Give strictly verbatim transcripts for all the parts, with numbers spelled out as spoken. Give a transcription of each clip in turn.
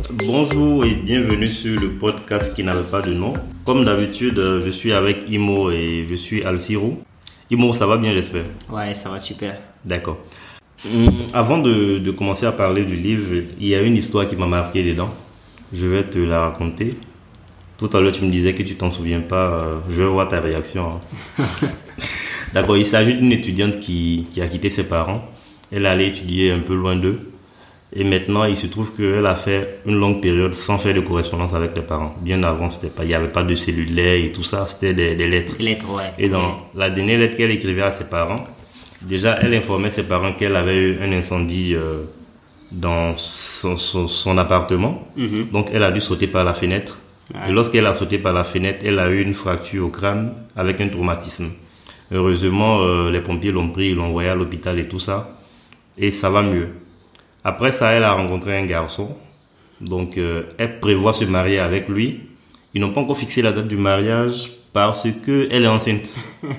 Bonjour et bienvenue sur le podcast qui n'avait pas de nom. Comme d'habitude, je suis avec Imo et je suis Alciro. Imo, ça va bien, j'espère? Ouais, ça va super. D'accord. Hum, avant de, de commencer à parler du livre, il y a une histoire qui m'a marqué dedans. Je vais te la raconter. Tout à l'heure, tu me disais que tu t'en souviens pas. Euh, je vais voir ta réaction. Hein. D'accord, il s'agit d'une étudiante qui, qui a quitté ses parents. Elle allait étudier un peu loin d'eux. Et maintenant, il se trouve qu'elle a fait une longue période sans faire de correspondance avec les parents. Bien avant, c'était pas, il n'y avait pas de cellulaire et tout ça, c'était des, des lettres. Des lettres, ouais. Et dans ouais. la dernière lettre qu'elle écrivait à ses parents, déjà, elle informait ses parents qu'elle avait eu un incendie euh, dans son, son, son appartement. Mm-hmm. Donc, elle a dû sauter par la fenêtre. Ouais. Et lorsqu'elle a sauté par la fenêtre, elle a eu une fracture au crâne avec un traumatisme. Heureusement, euh, les pompiers l'ont pris, ils l'ont envoyé à l'hôpital et tout ça. Et ça va mieux. Après ça, elle a rencontré un garçon. Donc, euh, elle prévoit se marier avec lui. Ils n'ont pas encore fixé la date du mariage parce qu'elle est enceinte.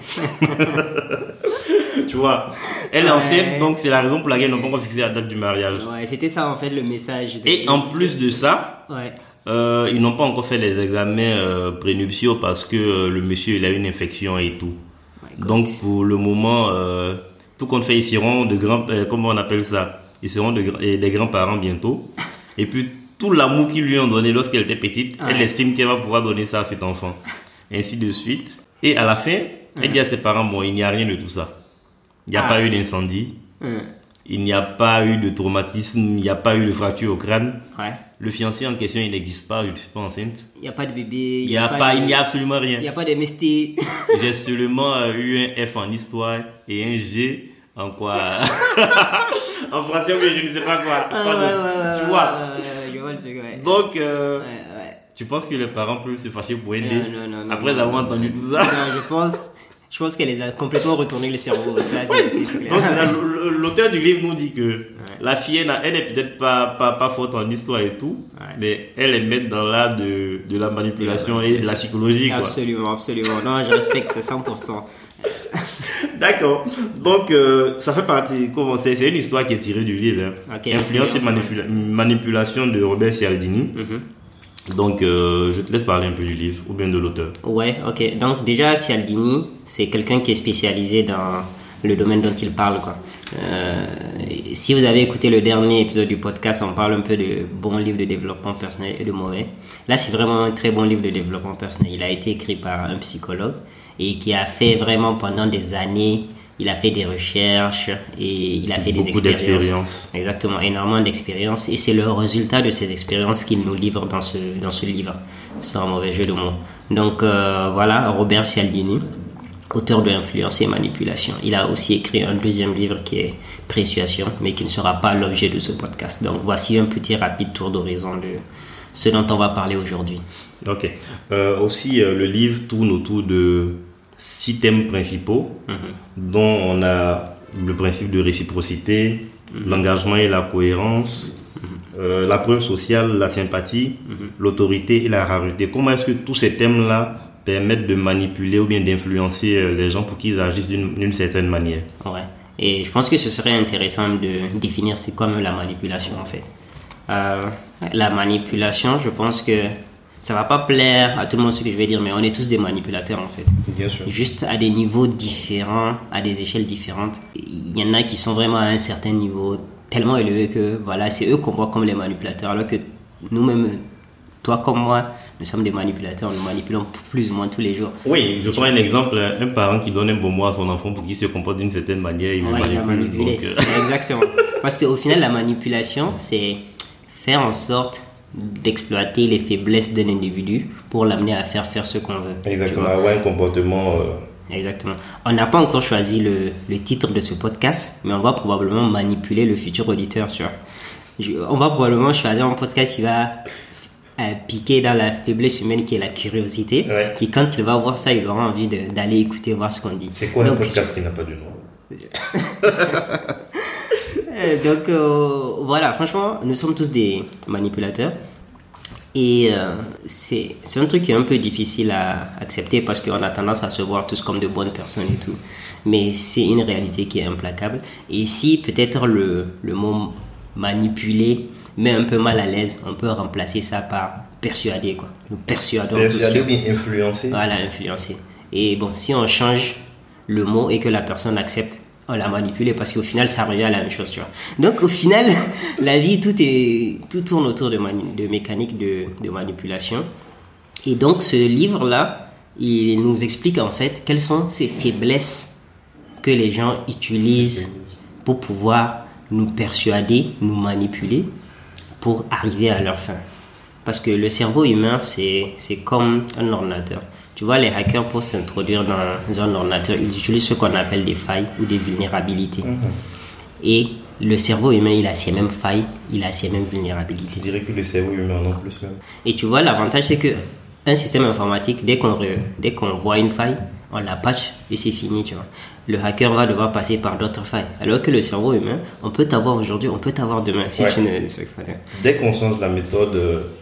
Tu vois, elle ouais. est enceinte, donc c'est la raison pour laquelle ils n'ont pas encore fixé la date du mariage. Ouais, c'était ça en fait le message. De... Et en plus de ça, ouais. euh, ils n'ont pas encore fait les examens euh, prénuptiaux parce que euh, le monsieur il a une infection et tout. Donc, pour le moment, euh, tout compte fait, ils seront de grands, euh, comment on appelle ça? Ils seront de, des grands-parents bientôt. Et puis, tout l'amour qu'ils lui ont donné lorsqu'elle était petite, ouais. elle estime qu'elle va pouvoir donner ça à cet enfant. Et ainsi de suite. Et à la fin, ouais. elle dit à ses parents, bon, il n'y a rien de tout ça. Il n'y a ah. pas eu d'incendie. Ouais. Il n'y a pas eu de traumatisme. Il n'y a pas eu de fracture au crâne. Ouais. Le fiancé en question, il n'existe pas. Je ne suis pas enceinte. Il n'y a pas de bébé. Il n'y a, a, pas, de... il n'y a absolument rien. Il n'y a pas de mesté. J'ai seulement euh, eu un F en histoire et un G en quoi? En français, mais je ne sais pas quoi. Ah, ouais, ouais, tu vois. Ouais, ouais, ouais, ouais. Donc, euh, ouais, ouais. tu penses que les parents peuvent se fâcher pour un D non, non, non, après non, avoir non, entendu non, tout ça? Non, je pense, je pense qu'elle les a complètement retourné le cerveau. Ça, c'est, c'est, c'est Donc, c'est là, l'auteur du livre nous dit que ouais. la fille, elle, elle n'est peut-être pas, pas, pas forte en histoire et tout, ouais. mais elle est maître dans l'art de, de la manipulation et de la psychologie. Absolument, quoi. absolument. Non, je respecte ça cent pour cent. D'accord. Donc, euh, ça fait partie. Comment c'est, c'est une histoire qui est tirée du livre. Hein. Okay, Influence et manipula- manipulation de Robert Cialdini. Mm-hmm. Donc, euh, je te laisse parler un peu du livre ou bien de l'auteur. Ouais, ok. Donc, déjà, Cialdini, c'est quelqu'un qui est spécialisé dans le domaine dont il parle, quoi. Euh, si vous avez écouté le dernier épisode du podcast, on parle un peu de bons livres de développement personnel et de mauvais. Là, c'est vraiment un très bon livre de développement personnel. Il a été écrit par un psychologue et qui a fait vraiment pendant des années, il a fait des recherches et il a fait des Beaucoup expériences. d'expériences. Exactement, énormément d'expériences. Et c'est le résultat de ces expériences qu'il nous livre dans ce, dans ce livre, sans mauvais jeu de mots. Donc euh, voilà, Robert Cialdini, auteur de Influence et Manipulation. Il a aussi écrit un deuxième livre qui est Persuasion, mais qui ne sera pas l'objet de ce podcast. Donc voici un petit rapide tour d'horizon de ce dont on va parler aujourd'hui. Ok. Euh, aussi, euh, le livre tourne autour de six thèmes principaux, mm-hmm. dont on a le principe de réciprocité, mm-hmm. l'engagement et la cohérence, mm-hmm. euh, la preuve sociale, la sympathie, mm-hmm. l'autorité et la rareté. Comment est-ce que tous ces thèmes-là permettent de manipuler ou bien d'influencer les gens pour qu'ils agissent d'une, d'une certaine manière? Ouais. Et je pense que ce serait intéressant de définir c'est quoi la manipulation en fait. Euh, la manipulation, je pense que ça va pas plaire à tout le monde ce que je vais dire, mais on est tous des manipulateurs en fait. Bien sûr. Juste à des niveaux différents, à des échelles différentes. Il y en a qui sont vraiment à un certain niveau tellement élevé que voilà, c'est eux qu'on voit comme les manipulateurs, alors que nous-mêmes, toi comme moi, nous sommes des manipulateurs, nous manipulons plus ou moins tous les jours. Oui, je prends un exemple, un parent qui donne un bon mot à son enfant pour qu'il se comporte d'une certaine manière, il ouais, le manipule. Donc, euh... Exactement. Parce qu'au final, la manipulation, c'est faire en sorte d'exploiter les faiblesses d'un individu pour l'amener à faire faire ce qu'on veut. Exactement, avoir un comportement... Euh... Exactement. On n'a pas encore choisi le, le titre de ce podcast, mais on va probablement manipuler le futur auditeur, tu vois. Je, on va probablement choisir un podcast qui va euh, piquer dans la faiblesse humaine qui est la curiosité, ouais. qui quand il va voir ça, il aura envie de, d'aller écouter, voir ce qu'on dit. C'est quoi Donc, un podcast qui n'a pas de nom? Donc euh, voilà, franchement, nous sommes tous des manipulateurs. Et euh, c'est, c'est un truc qui est un peu difficile à accepter parce qu'on a tendance à se voir tous comme de bonnes personnes et tout. Mais c'est une réalité qui est implacable. Et si peut-être le, le mot manipuler met un peu mal à l'aise, on peut remplacer ça par persuader, quoi. Nous persuadons. Persuader ou bien influencer. Voilà, influencer. Et bon, si on change le mot et que la personne accepte, on l'a manipulé parce qu'au final, ça revient à la même chose, tu vois. Donc, au final, la vie, tout, est, tout tourne autour de, mani- de mécanique de, de manipulation. Et donc, ce livre-là, il nous explique en fait quelles sont ces faiblesses que les gens utilisent pour pouvoir nous persuader, nous manipuler pour arriver à leur fin. Parce que le cerveau humain, c'est, c'est comme un ordinateur. Tu vois, les hackers, pour s'introduire dans un ordinateur, ils utilisent ce qu'on appelle des failles ou des vulnérabilités. Mm-hmm. Et le cerveau humain, il a ses mêmes failles, il a ses mêmes vulnérabilités. Je dirais que le cerveau humain en a plus même. Et tu vois, l'avantage, c'est que un système informatique, dès qu'on, re, dès qu'on voit une faille, on la patch et c'est fini, tu vois. Le hacker va devoir passer par d'autres failles. Alors que le cerveau humain, on peut t'avoir aujourd'hui, on peut t'avoir demain. Si ouais. tu ne, ne sais pas. Dès qu'on change la méthode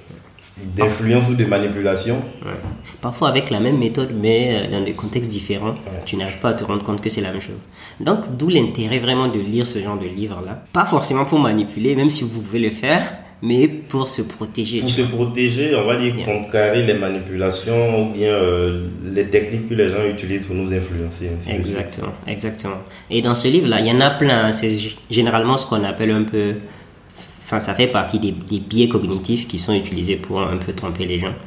d'influence ou de manipulation. Ouais. Parfois avec la même méthode, mais dans des contextes différents, ouais. tu n'arrives pas à te rendre compte que c'est la même chose. Donc, d'où l'intérêt vraiment de lire ce genre de livre-là. Pas forcément pour manipuler, même si vous pouvez le faire, mais pour se protéger. Pour se protéger, on va dire yeah. contrecarrer les manipulations ou bien euh, les techniques que les gens utilisent pour nous influencer. Exactement, exactement. Et dans ce livre-là, il y en a plein. C'est généralement ce qu'on appelle un peu... Enfin, ça fait partie des, des biais cognitifs qui sont utilisés pour un peu tromper les gens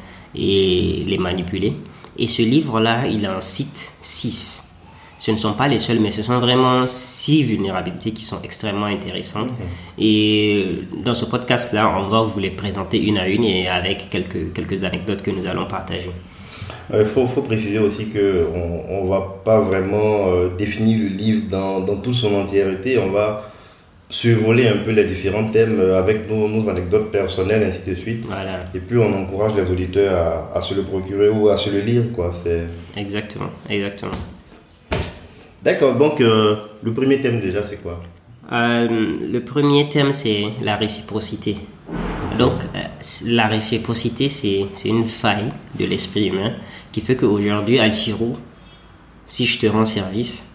et les manipuler. Et ce livre-là, il en cite six. Ce ne sont pas les seuls, mais ce sont vraiment six vulnérabilités qui sont extrêmement intéressantes. Mmh. Et dans ce podcast-là, on va vous les présenter une à une et avec quelques, quelques anecdotes que nous allons partager. Il euh, faut, faut préciser aussi qu'on ne va pas vraiment euh, définir le livre dans, dans toute son entièreté. On va survoler un peu les différents thèmes avec nos, nos anecdotes personnelles, ainsi de suite. Voilà. Et puis on encourage les auditeurs à, à se le procurer ou à se le lire, quoi. C'est... Exactement, exactement. D'accord, donc euh, le premier thème déjà, c'est quoi ? euh, Le premier thème, c'est la réciprocité. Donc, euh, la réciprocité, c'est, c'est une faille de l'esprit humain qui fait qu'aujourd'hui, Alcirou, si je te rends service,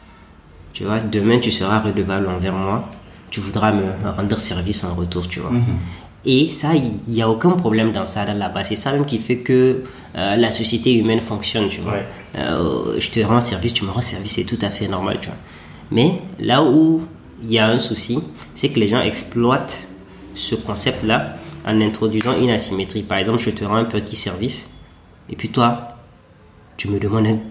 tu vois, demain, tu seras redevable envers moi, tu voudras me rendre service en retour, tu vois. Mm-hmm. Et ça, il n'y a aucun problème dans ça, dans la base. C'est ça même qui fait que euh, la société humaine fonctionne, tu vois. Ouais. Euh, je te rends service, tu me rends service, c'est tout à fait normal, tu vois. Mais là où il y a un souci, c'est que les gens exploitent ce concept-là en introduisant une asymétrie. Par exemple, je te rends un petit service, et puis toi, tu me demandes un...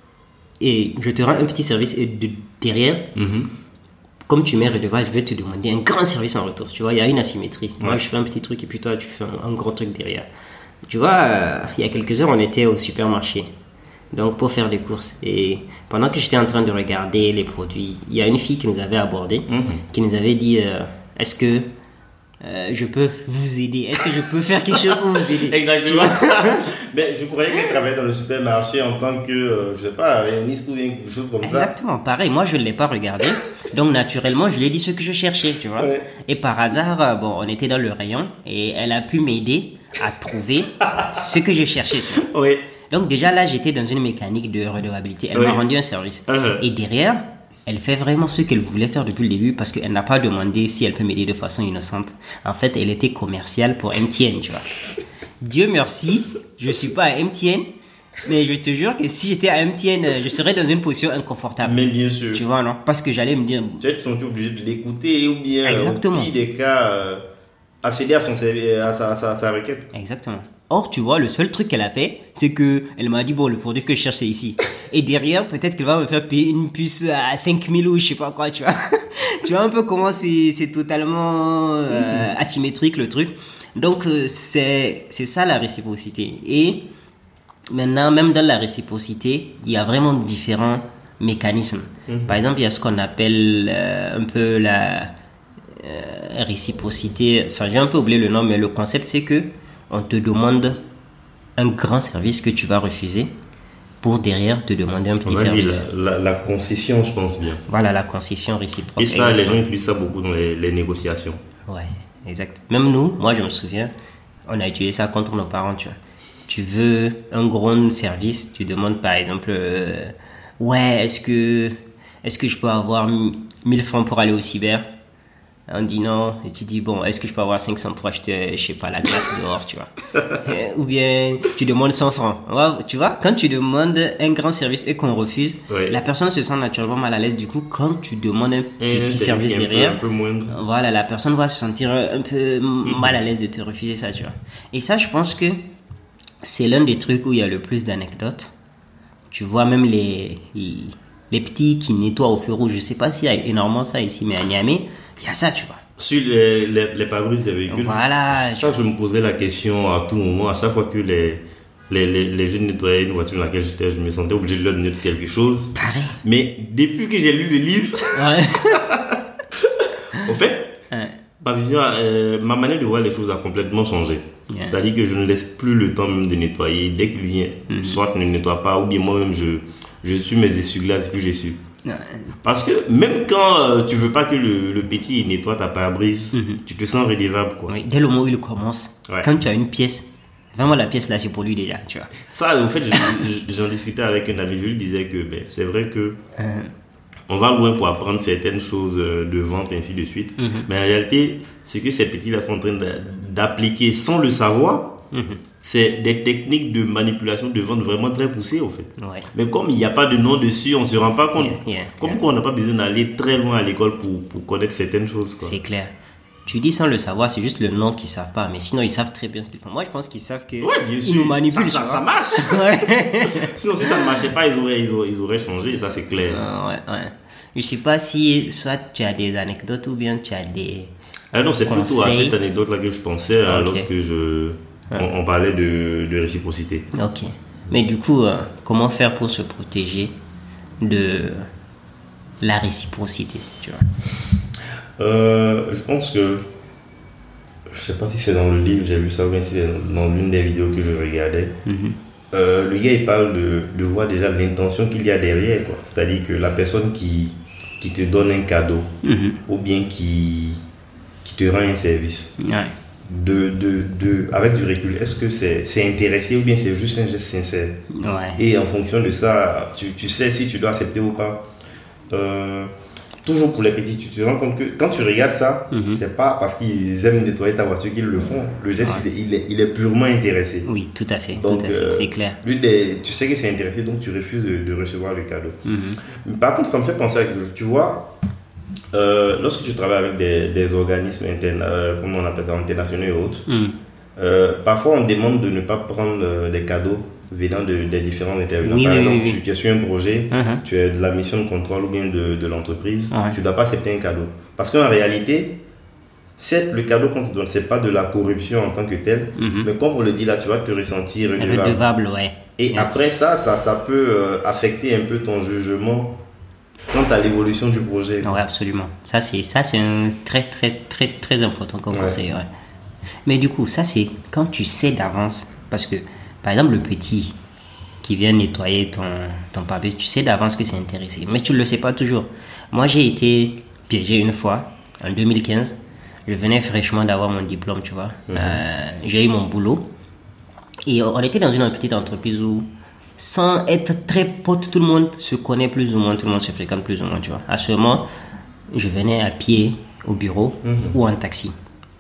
Et je te rends un petit service, et de derrière... Mm-hmm. Comme tu m'es redevable, je vais te demander un grand service en retour. Tu vois, il y a une asymétrie. Ouais. Moi, je fais un petit truc et puis toi, tu fais un, un gros truc derrière. Tu vois, euh, il y a quelques heures, on était au supermarché. Donc, pour faire des courses. Et pendant que j'étais en train de regarder les produits, il y a une fille qui nous avait abordé, mm-hmm. qui nous avait dit euh, est-ce que euh, je peux vous aider ? Est-ce que je peux faire quelque chose pour vous aider ? Exactement. Mais je croyais qu'elle travaillait dans le supermarché en tant que, euh, je sais pas, réuniste ou bien quelque chose comme Exactement, ça. Exactement, pareil. Moi, je ne l'ai pas regardé. Donc, naturellement, je lui ai dit ce que je cherchais, tu vois. Ouais. Et par hasard, bon, on était dans le rayon et elle a pu m'aider à trouver ce que je cherchais, tu vois. Oui. Donc, déjà là, j'étais dans une mécanique de redevabilité. Elle oui. m'a rendu un service. Uh-huh. Et derrière, elle fait vraiment ce qu'elle voulait faire depuis le début parce qu'elle n'a pas demandé si elle peut m'aider de façon innocente. En fait, elle était commerciale pour M T N, tu vois. Dieu merci, je suis pas à M T N, mais je te jure que si j'étais à M T N, je serais dans une position inconfortable. Mais bien sûr. Tu vois, non ? Parce que j'allais me dire... Tu vas te sentir obligé de l'écouter ou bien, Exactement. au pire des cas, euh, accéder à, son, à, sa, à, sa, à sa requête. Exactement. Or, tu vois, le seul truc qu'elle a fait, c'est que elle m'a dit, bon, le produit que je cherche, c'est ici. Et derrière, peut-être qu'elle va me faire payer une puce à cinq mille ou je sais pas quoi, tu vois. Tu vois un peu comment c'est, c'est totalement euh, asymétrique, le truc. Donc, euh, c'est, c'est ça la réciprocité. Et maintenant, même dans la réciprocité, il y a vraiment différents mécanismes. Mm-hmm. Par exemple, il y a ce qu'on appelle euh, un peu la euh, réciprocité. Enfin, j'ai un peu oublié le nom, mais le concept, c'est que on te demande un grand service que tu vas refuser pour derrière te demander un petit ouais, service. La, la, la concession, je pense bien. Voilà, la concession réciproque. Et ça, les gens utilisent ça beaucoup dans les, les négociations. Ouais, exact. Même nous, moi je me souviens, on a utilisé ça contre nos parents, tu vois. Tu veux un grand service, tu demandes par exemple, euh, ouais, est-ce que, est-ce que je peux avoir mille francs pour aller au cyber ? On dit non, et tu dis bon, est-ce que je peux avoir cinq cents pour acheter, je sais pas, la glace dehors, tu vois. Ou bien tu demandes cent francs. Tu vois, quand tu demandes un grand service et qu'on refuse, oui. la personne se sent naturellement mal à l'aise. Du coup, quand tu demandes un petit mmh, service derrière, un peu, un peu moindre. Voilà, la personne va se sentir un peu mmh. mal à l'aise de te refuser ça, tu vois. Et ça, je pense que c'est l'un des trucs où il y a le plus d'anecdotes. Tu vois, même les, les, les petits qui nettoient au feu rouge. Je sais pas s'il y a énormément ça ici, mais à Niamey, il y a ça, tu vois. Sur les, les, les pare-brises des véhicules. Voilà. Ça, je me posais la question à tout moment. À chaque fois que les, les, les, les jeunes nettoyaient une voiture dans laquelle j'étais, je me sentais obligé de leur donner quelque chose. Pareil. Mais depuis que j'ai lu le livre, ouais. en fait, ouais. ma vision, euh, ma manière de voir les choses a complètement changé. Yeah. C'est-à-dire que je ne laisse plus le temps même de nettoyer. Dès qu'il vient, mm-hmm. soit ne nettoie pas, ou bien moi-même, je, je tue mes essuie-glaces, puis j'essuie. Parce que même quand euh, tu veux pas que le, le petit nettoie ta pare-brise, mm-hmm. tu te sens redevable, quoi. Oui, dès le moment où il commence, ouais. quand tu as une pièce, vraiment la pièce là c'est pour lui déjà, tu vois. Ça, en fait, j'en discutais avec un ami, je lui disais que ben, c'est vrai que uh-huh. on va loin pour apprendre certaines choses de vente, ainsi de suite. Mm-hmm. Mais en réalité, ce que ces petits-là sont en train d'appliquer sans le savoir, mm-hmm. c'est des techniques de manipulation de vente vraiment très poussées, en fait. Ouais. Mais comme il n'y a pas de nom dessus, on ne se rend pas compte. Yeah, yeah, comme yeah. quoi on n'a pas besoin d'aller très loin à l'école pour, pour connaître certaines choses, quoi. C'est clair. Tu dis sans le savoir, c'est juste le nom qu'ils ne savent pas. Mais sinon, ils savent très bien ce qu'ils font. Moi, je pense qu'ils savent qu'ils ouais, nous manipulent. Ça, ça, ça marche. Ouais. Sinon, si ça ne marchait pas, ils auraient, ils auraient, ils auraient changé. Ça, c'est clair. Euh, ouais, ouais. Je ne sais pas si soit tu as des anecdotes ou bien tu as des ah non, c'est conseils. Plutôt à cette anecdote-là que je pensais okay. lorsque je, on, on parlait de, de réciprocité. Ok. Mais du coup, euh, comment faire pour se protéger de la réciprocité, tu vois? Euh, je pense que, je sais pas si c'est dans le livre, j'ai vu ça ou bien si c'est dans l'une des vidéos que je regardais. Mm-hmm. Euh, le gars il parle de, de voir déjà l'intention qu'il y a derrière, quoi. C'est-à-dire que la personne qui, qui te donne un cadeau mm-hmm. ou bien qui, qui te rend un service, ouais. de, de, de, avec du recul, est-ce que c'est, c'est intéressé ou bien c'est juste un geste sincère? Ouais. Et en fonction de ça, tu, tu sais si tu dois accepter ou pas. Euh, Toujours pour les petits, tu te rends compte que quand tu regardes ça, mm-hmm. c'est pas parce qu'ils aiment nettoyer ta voiture qu'ils le font. Le geste, ouais. il, est, il, est, il est purement intéressé. Oui, tout à fait. Donc, tout à fait. Euh, c'est clair. Lui, des, tu sais que c'est intéressé, donc tu refuses de, de recevoir le cadeau. Mm-hmm. Par contre, ça me fait penser à quelque chose. Tu vois, euh, lorsque tu travailles avec des, des organismes interna- euh, comment on appelle ça, internationaux et autres, mm. euh, parfois on demande de ne pas prendre euh, des cadeaux venant de, des différents intervenants. Oui, Par oui, exemple, oui, oui. Tu, tu es sur un projet, uh-huh. tu es de la mission de contrôle ou bien de, de l'entreprise, uh-huh. tu ne dois pas accepter un cadeau. Parce qu'en réalité, certes, le cadeau qu'on te donne, ce n'est pas de la corruption en tant que tel, uh-huh. mais comme on le dit là, tu vas te ressentir redevable. Redevable, ouais. Et yeah. après ça, ça, ça peut euh, affecter un peu ton jugement quant à l'évolution du projet. Oui, absolument. Ça, c'est, ça, c'est un très, très, très, très important comme ouais. conseil. Ouais. Mais du coup, ça, c'est quand tu sais d'avance, parce que par exemple, le petit qui vient nettoyer ton, ton pare-brise, tu sais d'avance que c'est intéressé, mais tu ne le sais pas toujours. Moi, j'ai été piégé une fois, en deux mille quinze. Je venais fraîchement d'avoir mon diplôme, tu vois. Mm-hmm. Euh, j'ai eu mon boulot. Et on était dans une petite entreprise où, sans être très pote, tout le monde se connaît plus ou moins, tout le monde se fréquente plus ou moins, tu vois. À ce moment, je venais à pied au bureau mm-hmm. ou en taxi.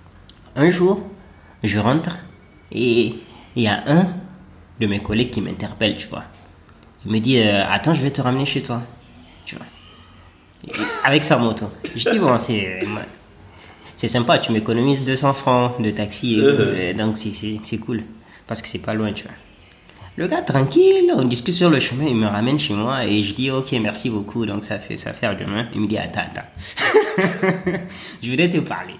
Un jour, je rentre et il y a un de mes collègues qui m'interpelle, tu vois. Il me dit euh, attends, je vais te ramener chez toi, tu vois. Et, avec sa moto. Je dis bon, c'est c'est sympa, tu m'économises deux cents francs de taxi, et, euh, donc c'est, c'est, c'est cool parce que c'est pas loin, tu vois. Le gars tranquille, on discute sur le chemin, il me ramène chez moi et je dis ok, merci beaucoup, donc ça fait ça fait à demain. Il me dit attends, attends. Je voulais te parler.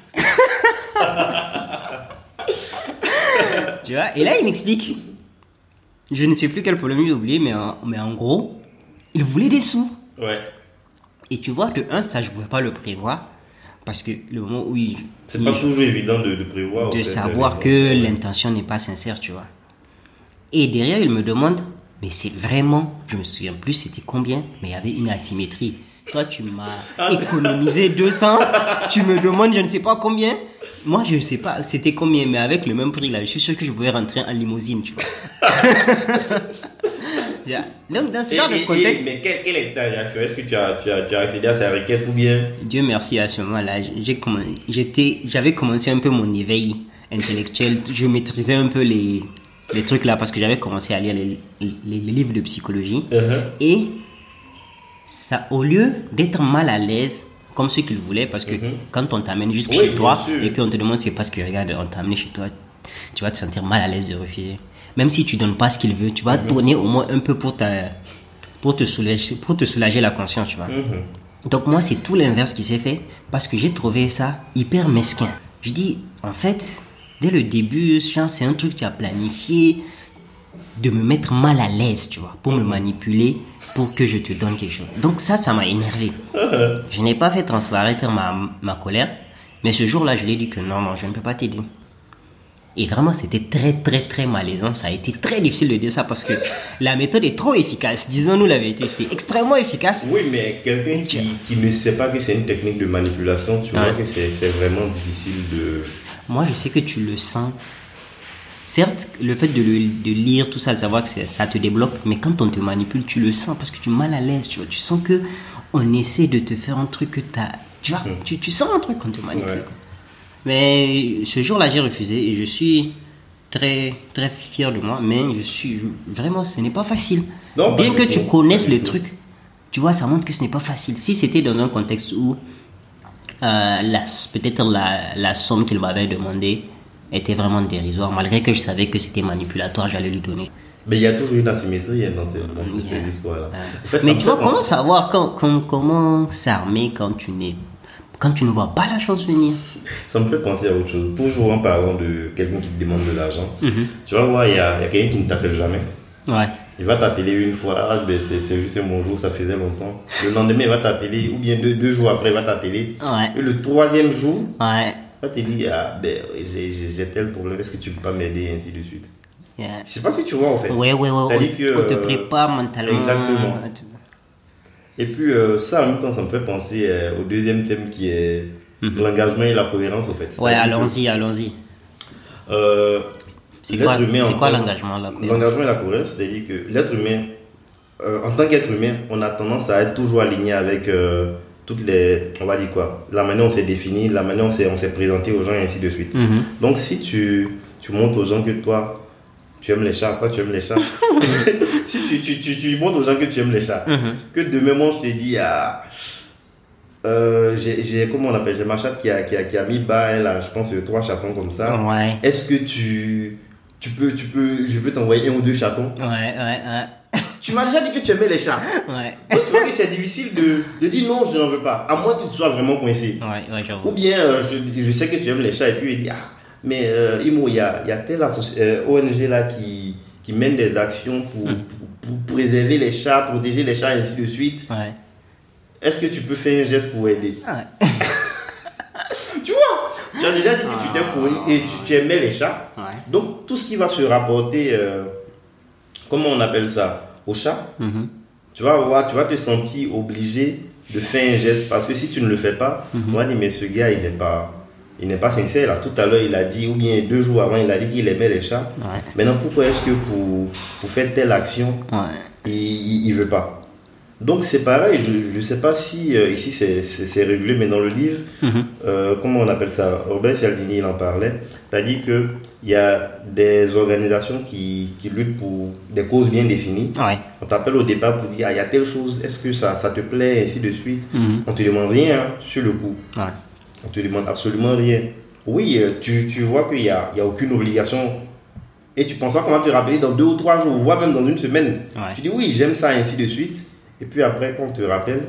Tu vois, et là il m'explique. Je ne sais plus quel problème il a oublié, mais en, mais en gros, il voulait des sous. Ouais. Et tu vois, de un, ça je ne pouvais pas le prévoir. Parce que le moment où il. C'est il, pas toujours évident de, de prévoir. De fait, savoir que ouais. l'intention n'est pas sincère, tu vois. Et derrière, il me demande, mais c'est vraiment, je me souviens plus c'était combien, mais il y avait une asymétrie. Toi, tu m'as économisé deux cents, tu me demandes je ne sais pas combien. Moi, je ne sais pas c'était combien, mais avec le même prix là, je suis sûr que je pouvais rentrer en limousine, tu vois. Donc, dans ce et, genre et, de contexte... Et, mais quelle, quelle est ta réaction? Est-ce que tu as, tu, as, tu as accédé à sa requête ou bien? Dieu merci, à ce moment-là, j'ai comm... j'étais... j'avais commencé un peu mon éveil intellectuel. Je maîtrisais un peu les, les trucs là parce que j'avais commencé à lire les, les, les livres de psychologie. Uh-huh. Et ça, au lieu d'être mal à l'aise, comme ce qu'il voulait, parce que mm-hmm. quand on t'amène jusqu'à oui, chez toi, et puis on te demande, c'est parce que regarde, on t'a amené chez toi, tu vas te sentir mal à l'aise de refuser. Même si tu donnes pas ce qu'il veut, tu vas mm-hmm. tourner au moins un peu pour, ta, pour, te, soulager, pour te soulager la conscience, tu vois. Mm-hmm. Donc moi, c'est tout l'inverse qui s'est fait, parce que j'ai trouvé ça hyper mesquin. Je dis, en fait, dès le début, c'est un truc que tu as planifié, de me mettre mal à l'aise, tu vois, pour me manipuler, pour que je te donne quelque chose. Donc ça, ça m'a énervé. Je n'ai pas fait transparaître ma, ma colère, mais ce jour-là, je lui ai dit que non, non, je ne peux pas t'aider. Et vraiment, c'était très, très, très malaisant. Ça a été très difficile de dire ça parce que la méthode est trop efficace. Disons-nous la vérité, c'est extrêmement efficace. Oui, mais quelqu'un qui, qui ne sait pas que c'est une technique de manipulation, tu ouais. vois que c'est, c'est vraiment difficile de... Moi, je sais que tu le sens. Certes, le fait de, le, de lire tout ça, de savoir que ça te débloque, mais quand on te manipule, tu le sens parce que tu es mal à l'aise, tu vois. Tu sens que on essaie de te faire un truc que tu as... Tu vois, hum. tu, tu sens un truc quand on te manipule. Ouais. Mais ce jour-là, j'ai refusé et je suis très, très fier de moi. Mais je suis... Vraiment, ce n'est pas facile. Non, bien que tu connaisses le truc, tu vois, ça montre que ce n'est pas facile. Si c'était dans un contexte où euh, la, peut-être la, la somme qu'il m'avait demandé était vraiment dérisoire, malgré que je savais que c'était manipulatoire, j'allais lui donner. Mais il y a toujours une asymétrie dans ces, dans yeah. ces histoires-là. En fait, mais tu vois, comment savoir quand, quand, comment s'armer quand tu n'es, quand tu ne vois pas la chance venir? Ça me fait penser à autre chose. Toujours en parlant de quelqu'un qui te demande de l'argent, mm-hmm. tu vas voir, il y a, il y a quelqu'un qui ne t'appelle jamais. Ouais. Il va t'appeler une fois, ah, ben c'est, c'est juste un bonjour, ça faisait longtemps. Le lendemain, il va t'appeler, ou bien deux, deux jours après, il va t'appeler. Ouais. Et le troisième jour, ouais. il va te dire, ah, ben j'ai, j'ai, j'ai tel problème, est-ce que tu peux pas m'aider, et ainsi de suite. Yeah. Je sais pas si tu vois en fait. Ouais, ouais, ouais. T'as dit que, on te prépare mentalement. Exactement. Et puis euh, ça, en même temps, ça me fait penser euh, au deuxième thème qui est mm-hmm. l'engagement et la cohérence en fait. Ouais, allons-y, que, allons-y. Euh, c'est quoi, humain, c'est quoi l'engagement et la cohérence? L'engagement et la cohérence, c'est-à-dire que l'être humain, euh, en tant qu'être humain, on a tendance à être toujours aligné avec euh, toutes les, on va dire quoi, la manière dont on s'est défini, la manière dont on s'est, on s'est présenté aux gens et ainsi de suite. Mm-hmm. Donc si tu, tu montres aux gens que toi, tu aimes les chats, toi tu aimes les chats. Si tu, tu, tu, tu montres aux gens que tu aimes les chats, mm-hmm. que demain moi je te dis, ah, euh, j'ai, j'ai, comment on appelle, j'ai ma chatte qui a, qui a, qui a mis bas, elle a, je pense, trois chatons comme ça. Ouais. Est-ce que tu, tu peux, tu peux, je peux t'envoyer un ou deux chatons? Ouais, ouais, ouais. Tu m'as déjà dit que tu aimais les chats. Ouais. Donc tu vois que c'est difficile de, de dire non, je n'en veux pas, à moins que tu sois vraiment coincé. Ouais, ouais, j'avoue. Ou bien, euh, je, je sais que tu aimes les chats et puis il dit, ah, mais euh, Imo, il y a, y a telle associ- euh, O N G là qui, qui mène des actions pour, mm. pour, pour préserver les chats, protéger les chats et ainsi de suite. Ouais. Est-ce que tu peux faire un geste pour aider? Ouais. Tu vois, tu as déjà dit que tu t'es connu et tu, tu aimais les chats. Ouais. Donc tout ce qui va se rapporter, euh, comment on appelle ça, au chat, mm-hmm. tu vas voir, tu vas te sentir obligé de faire un geste parce que si tu ne le fais pas, mm-hmm. on va dire mais ce gars il n'est pas... Il n'est pas sincère. Là, tout à l'heure, il a dit, ou bien deux jours avant, il a dit qu'il aimait les chats. Ouais. Maintenant, pourquoi est-ce que pour, pour faire telle action, ouais. il ne veut pas? Donc, c'est pareil. Je ne sais pas si euh, ici c'est, c'est, c'est réglé, mais dans le livre, mm-hmm. euh, comment on appelle ça? Robert Cialdini, il en parlait. C'est-à-dire qu'il y a des organisations qui, qui luttent pour des causes bien définies. Ouais. On t'appelle au départ pour dire, ah, il y a telle chose, est-ce que ça, ça te plaît, et ainsi de suite. Mm-hmm. On ne te demande rien hein, sur le coup. Ouais. On ne te demande absolument rien. Oui, tu, tu vois qu'il n'y a, il y a aucune obligation. Et tu penses qu'on va te rappeler dans deux ou trois jours, voire même dans une semaine. Ouais. Tu dis oui, j'aime ça, et ainsi de suite. Et puis après, quand on te rappelle,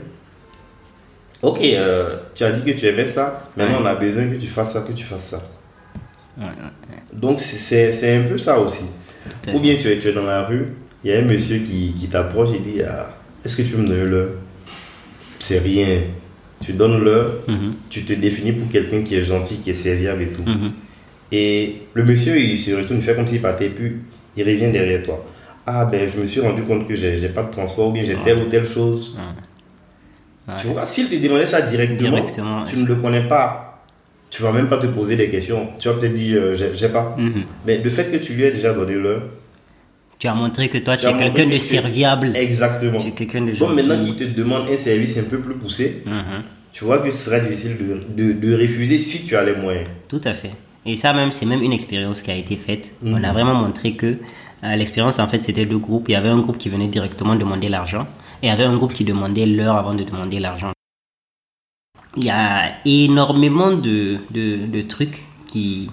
ok, euh, tu as dit que tu aimais ça, maintenant ouais. on a besoin que tu fasses ça, que tu fasses ça. Ouais, ouais. Donc c'est, c'est, c'est un peu ça aussi. Ou bien tu es, tu es dans la rue, il y a un monsieur qui, qui t'approche et dit ah, est-ce que tu veux me donner l'heure? C'est rien. Tu donnes l'heure, mm-hmm. tu te définis pour quelqu'un qui est gentil, qui est serviable et tout. Mm-hmm. Et le monsieur, il se retourne, il fait comme s'il partait, puis il revient derrière toi. Ah ben, je me suis rendu compte que j'ai, j'ai pas de transport, ou bien j'ai ouais. telle ou telle chose. Ouais. Tu vois, s'il te demandait ça directement, directement tu ouais. ne le connais pas, tu vas même pas te poser des questions. Tu vas peut-être dire, euh, j'ai, j'ai pas. Mm-hmm. Mais le fait que tu lui aies déjà donné l'heure, Tu as montré que toi, tu, tu es quelqu'un de serviable. Exactement. Tu es quelqu'un de gentil. Donc maintenant qu'il te demande un service un peu plus poussé, mm-hmm. tu vois que ce sera difficile de, de, de refuser si tu as les moyens. Tout à fait. Et ça même, c'est même une expérience qui a été faite. Mm-hmm. On a vraiment montré que euh, l'expérience, en fait, c'était deux groupes. Il y avait un groupe qui venait directement demander l'argent et il y avait un groupe qui demandait l'heure avant de demander l'argent. Il y a énormément de, de, de trucs qui...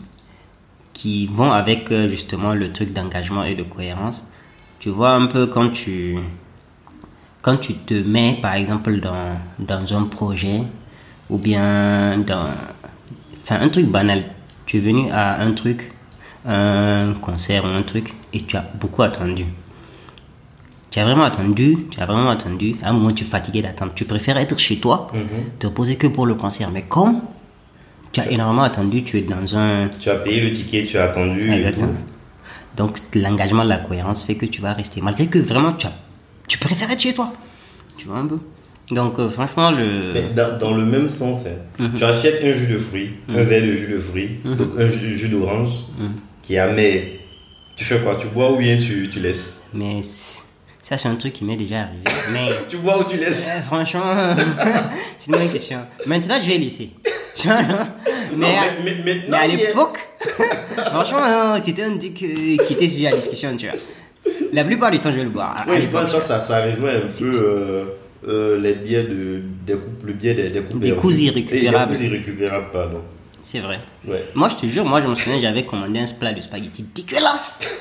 qui vont avec justement le truc d'engagement et de cohérence. Tu vois un peu quand tu quand tu te mets par exemple dans, dans un projet ou bien dans enfin un truc banal, tu es venu à un truc, un concert ou un truc et tu as beaucoup attendu. Tu as vraiment attendu, tu as vraiment attendu, à un moment tu es fatigué d'attendre, tu préfères être chez toi, mm-hmm. te poser que pour le concert, mais comme tu as énormément attendu, tu es dans un... Tu as payé le ticket, tu as attendu. Exactement. Et tout. Donc l'engagement, la cohérence fait que tu vas rester. Malgré que vraiment, tu, as, tu préfères être chez toi. Tu vois un peu. Donc euh, franchement, le... Mais dans, dans le même sens, hein, mm-hmm. tu achètes un jus de fruits, mm-hmm. un verre de jus de fruits, mm-hmm. donc un jus, jus d'orange mm-hmm. qui est amer. Tu fais quoi? Tu bois ou bien tu, tu laisses? Mais ça, c'est un truc qui m'est déjà arrivé. Mais... tu bois ou tu laisses? euh, Franchement, c'est une bonne question. Maintenant, je vais laisser. mais, non, mais, mais, mais, mais à l'époque, franchement, c'était un truc qui était sujet à discussion, tu vois. La plupart du temps, je vais le boire. Oui, je pense que ça, ça, ça rejoint un peu euh, euh, les biais de, des couples, le biais des, des couples. Des coups irrécupérables. Des coups irrécupérables, pardon. C'est vrai. Ouais. Moi, je te jure, moi, je me souviens, j'avais commandé un plat de spaghettis dégueulasse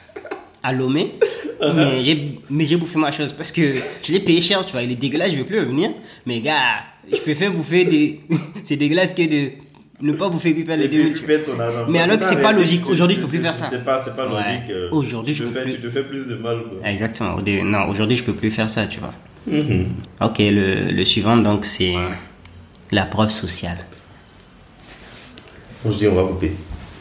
à Lomé. Uh-huh. Mais, j'ai, mais j'ai bouffé ma chose parce que je l'ai payé cher, tu vois. Il est dégueulasse, je ne vais plus revenir. Mais gars, je préfère bouffer des. C'est dégueulasse que de ne pas bouffer piper les deux. Mais alors que c'est pas logique. Aujourd'hui, je peux plus faire ça. C'est pas, c'est pas logique. Ouais. Aujourd'hui, je peux fais, plus. Tu te fais plus de mal, quoi. Exactement. Non, aujourd'hui, je peux plus faire ça, tu vois. Mm-hmm. Ok, le, le suivant, donc, c'est la preuve sociale. Je dis, on va couper.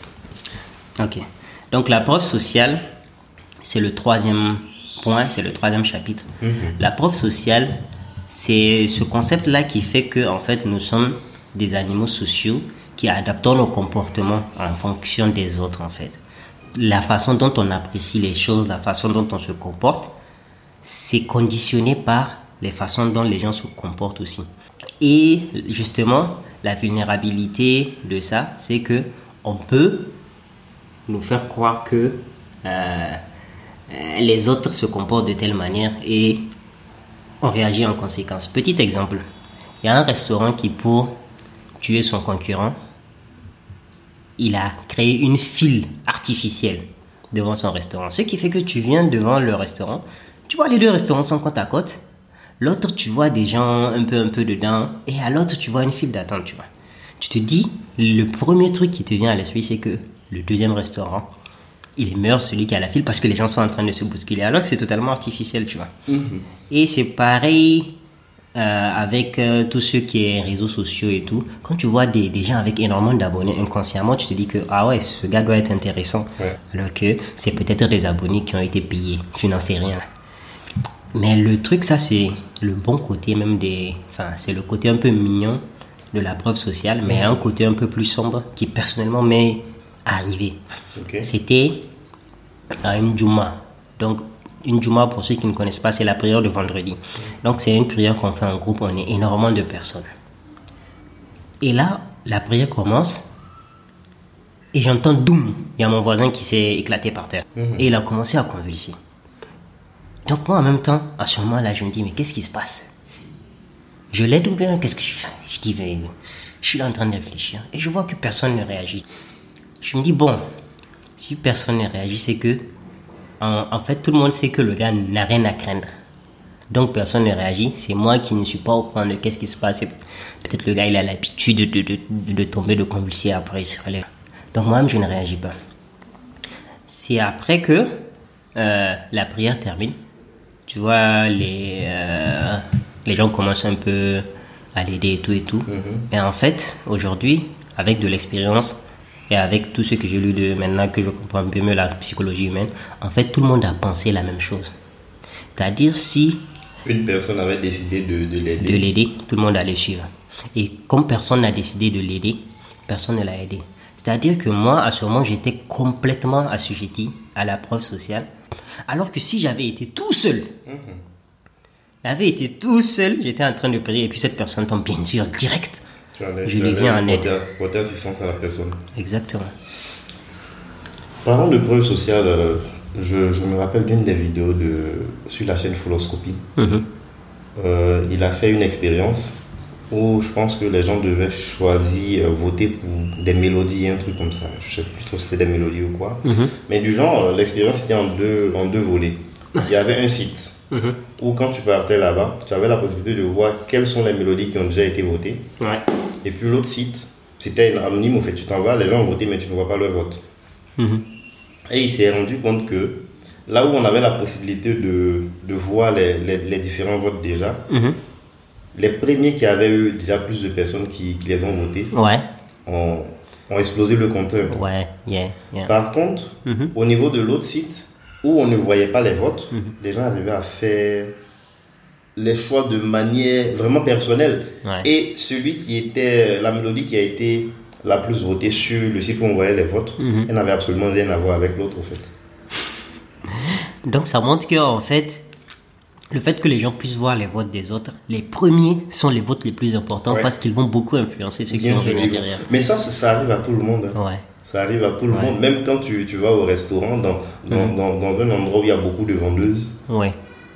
Ok. Donc, la preuve sociale, c'est le troisième point, c'est le troisième chapitre. Mm-hmm. La preuve sociale, c'est ce concept-là qui fait que, en fait, nous sommes des animaux sociaux qui adaptons nos comportements en fonction des autres, en fait. La façon dont on apprécie les choses, la façon dont on se comporte, c'est conditionné par les façons dont les gens se comportent aussi. Et justement, la vulnérabilité de ça, c'est que on peut nous faire croire que euh, les autres se comportent de telle manière et on réagit en conséquence. Petit exemple, il y a un restaurant qui, pour tuer son concurrent, il a créé une file artificielle devant son restaurant. Ce qui fait que tu viens devant le restaurant, tu vois les deux restaurants sont côte à côte. L'autre, tu vois des gens un peu, un peu dedans. Et à l'autre, tu vois une file d'attente, tu vois. Tu te dis, le premier truc qui te vient à l'esprit, c'est que le deuxième restaurant, il est meilleur celui qui a la file parce que les gens sont en train de se bousculer. Alors que c'est totalement artificiel, tu vois. Mm-hmm. Et c'est pareil euh, avec euh, tout ce qui est réseaux sociaux et tout. Quand tu vois des, des gens avec énormément d'abonnés, inconsciemment, tu te dis que, ah ouais, ce gars doit être intéressant. Ouais. Alors que c'est peut-être des abonnés qui ont été payés. Tu n'en sais rien. Mais le truc, ça, c'est le bon côté même des... Enfin, c'est le côté un peu mignon de la preuve sociale, mais un côté un peu plus sombre qui, personnellement, m'est arrivé. Okay. C'était à une Juma. Donc, une Juma, pour ceux qui ne connaissent pas, c'est la prière de vendredi. Donc, c'est une prière qu'on fait en groupe, on est énormément de personnes. Et là, la prière commence et j'entends doum. Il y a mon voisin qui s'est éclaté par terre. Mm-hmm. Et il a commencé à convulser. Donc moi, en même temps, à ce moment-là, je me dis, mais qu'est-ce qui se passe? Je l'aide ou bien qu'est-ce que je fais? Je dis, mais je suis là en train de réfléchir. Et je vois que personne ne réagit. Je me dis, bon, si personne ne réagit, c'est que, en, en fait, tout le monde sait que le gars n'a rien à craindre. Donc personne ne réagit. C'est moi qui ne suis pas au courant de qu'est-ce qui se passe. Peut-être le gars, il a l'habitude de, de, de, de tomber, de convulser, après il se relève. Donc moi-même, je ne réagis pas. C'est après que euh, la prière termine. Tu vois, les, euh, les gens commencent un peu à l'aider et tout et tout. Mm-hmm. Et en fait, aujourd'hui, avec de l'expérience et avec tout ce que j'ai lu de maintenant que je comprends un peu mieux la psychologie humaine, en fait, tout le monde a pensé la même chose. C'est-à-dire, si une personne avait décidé de, de l'aider, de l'aider, tout le monde allait suivre. Et comme personne n'a décidé de l'aider, personne ne l'a aidé. C'est-à-dire que moi, à ce moment, j'étais complètement assujetti à la preuve sociale. Alors que si j'avais été tout seul, mm-hmm. j'avais été tout seul, j'étais en train de prier et puis cette personne tombe bien sûr direct. Tu allais, je lui viens en aide. Porter assistance à la personne. Exactement. Parlant de preuve sociale, euh, je, je me rappelle d'une des vidéos de, sur la chaîne Fulloscopy. Mm-hmm. Euh, il a fait une expérience où je pense que les gens devaient choisir, euh, voter pour des mélodies, un truc comme ça. Je ne sais plus trop si c'était des mélodies ou quoi. Mm-hmm. Mais du genre, euh, l'expérience était en deux, en deux volets. Il y avait un site mm-hmm. où quand tu partais là-bas, tu avais la possibilité de voir quelles sont les mélodies qui ont déjà été votées. Ouais. Et puis l'autre site, c'était anonyme, au fait, tu t'en vas, les gens ont voté mais tu ne vois pas leur vote. Mm-hmm. Et il s'est rendu compte que là où on avait la possibilité de, de voir les, les, les différents votes déjà, mm-hmm. les premiers qui avaient eu déjà plus de personnes qui, qui les ont votés ouais. ont, ont explosé le compteur. Ouais, yeah, yeah. Par contre, mm-hmm. au niveau de l'autre site, où on ne voyait pas les votes, mm-hmm. les gens arrivaient à faire les choix de manière vraiment personnelle. Ouais. Et celui qui était, la mélodie qui a été la plus votée sur le site où on voyait les votes, mm-hmm. elle n'avait absolument rien à voir avec l'autre, au fait. Donc ça montre que en fait, le fait que les gens puissent voir les votes des autres, les premiers sont les votes les plus importants ouais. parce qu'ils vont beaucoup influencer ceux Bien qui vont venir derrière. Mais ça, ça arrive à tout le monde. Hein. Ouais. Ça arrive à tout le ouais. monde. Même quand tu, tu vas au restaurant, dans, dans, mmh. dans, dans un endroit où il y a beaucoup de vendeuses, ouais.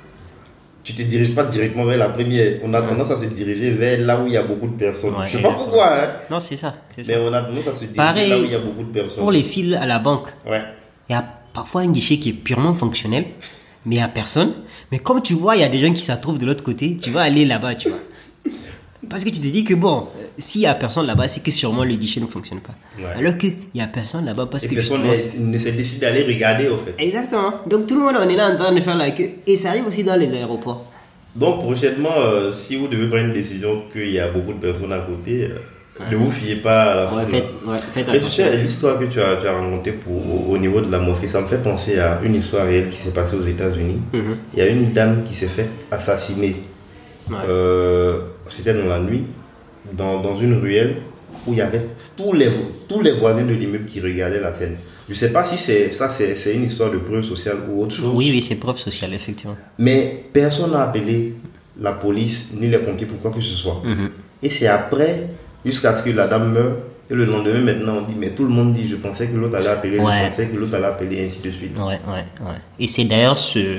tu ne te diriges pas directement vers la première. On a ouais. tendance à se diriger vers là où il y a beaucoup de personnes. Ouais, je ne sais pas pourquoi. Hein. Non, c'est ça, c'est ça. Mais on a tendance à se diriger Pareil, là où il y a beaucoup de personnes. Pour les fils à la banque, ouais. il y a parfois un guichet qui est purement fonctionnel, mais il n'y a personne. Mais comme tu vois, il y a des gens qui se trouvent de l'autre côté, tu vas aller là-bas, tu vois. Parce que tu te dis que bon, s'il n'y a personne là-bas, c'est que sûrement le guichet ne fonctionne pas. Ouais. Alors qu'il n'y a personne là-bas parce et que... personne ne s'est décidé d'aller regarder, au fait. Exactement. Donc tout le monde, on est là en train de faire la queue. Et ça arrive aussi dans les aéroports. Donc prochainement, euh, si vous devez prendre une décision qu'il y a beaucoup de personnes à côté, euh, ouais. ne vous fiez pas à la foule. Ouais, faites, ouais, faites Mais tu sais, l'histoire que tu as, tu as racontée pour, au, au niveau de la mosquée, ça me fait penser à une histoire réelle qui s'est passée aux États-Unis. Mm-hmm. Il y a une dame qui s'est fait assassiner. Ouais. Euh, c'était dans la nuit. Dans, dans une ruelle où il y avait tous les, tous les voisins de l'immeuble qui regardaient la scène. Je ne sais pas si c'est, ça c'est, c'est une histoire de preuve sociale ou autre chose. Oui, oui, c'est preuve sociale, effectivement. Mais personne n'a appelé la police ni les pompiers pour quoi que ce soit. Mm-hmm. Et c'est après, jusqu'à ce que la dame meure, et le lendemain maintenant on dit, mais tout le monde dit, je pensais que l'autre allait appeler, ouais. je pensais que l'autre allait appeler, ainsi de suite. Ouais, ouais, ouais. Et c'est d'ailleurs ce...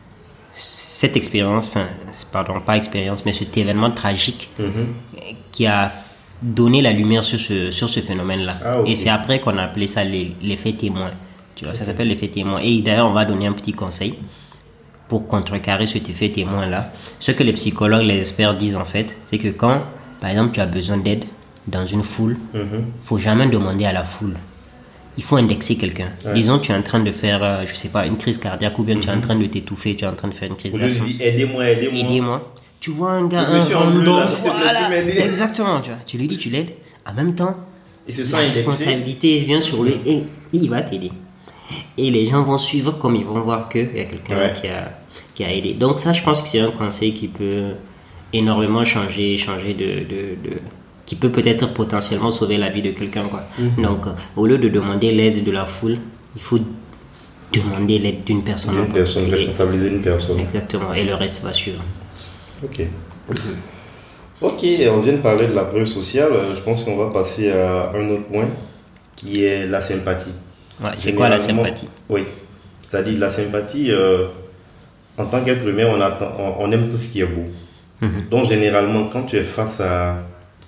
cette expérience, enfin, pardon, pas expérience, mais cet événement tragique mm-hmm. qui a donné la lumière sur ce, sur ce phénomène-là. Ah, okay. Et c'est après qu'on a appelé ça les, l'effet témoin. Tu vois, okay. ça s'appelle l'effet témoin. Et d'ailleurs, on va donner un petit conseil pour contrecarrer cet effet témoin-là. Ce que les psychologues, les experts disent en fait, c'est que quand, par exemple, tu as besoin d'aide dans une foule, il mm-hmm. ne faut jamais demander à la foule. Il faut indexer quelqu'un. Ouais. Disons, tu es en train de faire, euh, je sais pas, une crise cardiaque ou bien mm-hmm. tu es en train de t'étouffer, tu es en train de faire une crise cardiaque. Je dis, aidez-moi, aidez-moi. Aidez-moi. Tu vois un gars, un random, voilà, exactement, tu vois. Tu lui dis, tu l'aides. En même temps, il se sent la responsabilité vient sur lui et il va t'aider. Et les gens vont suivre comme ils vont voir qu'il y a quelqu'un ouais. qui, a, qui a aidé. Donc ça, je pense que c'est un conseil qui peut énormément changer, changer de... de, de qui peut peut-être potentiellement sauver la vie de quelqu'un, quoi. Mm-hmm. Donc, euh, au lieu de demander l'aide de la foule, il faut demander l'aide d'une personne. D'une personne, responsabiliser une personne. Exactement, et le reste va suivre. Ok. Mm-hmm. Ok, on vient de parler de la preuve sociale. Je pense qu'on va passer à un autre point, qui est la sympathie. Ouais, c'est quoi la sympathie? Oui, c'est-à-dire la sympathie, euh, en tant qu'être humain, on, attend, on, on aime tout ce qui est beau. Mm-hmm. Donc, généralement, quand tu es face à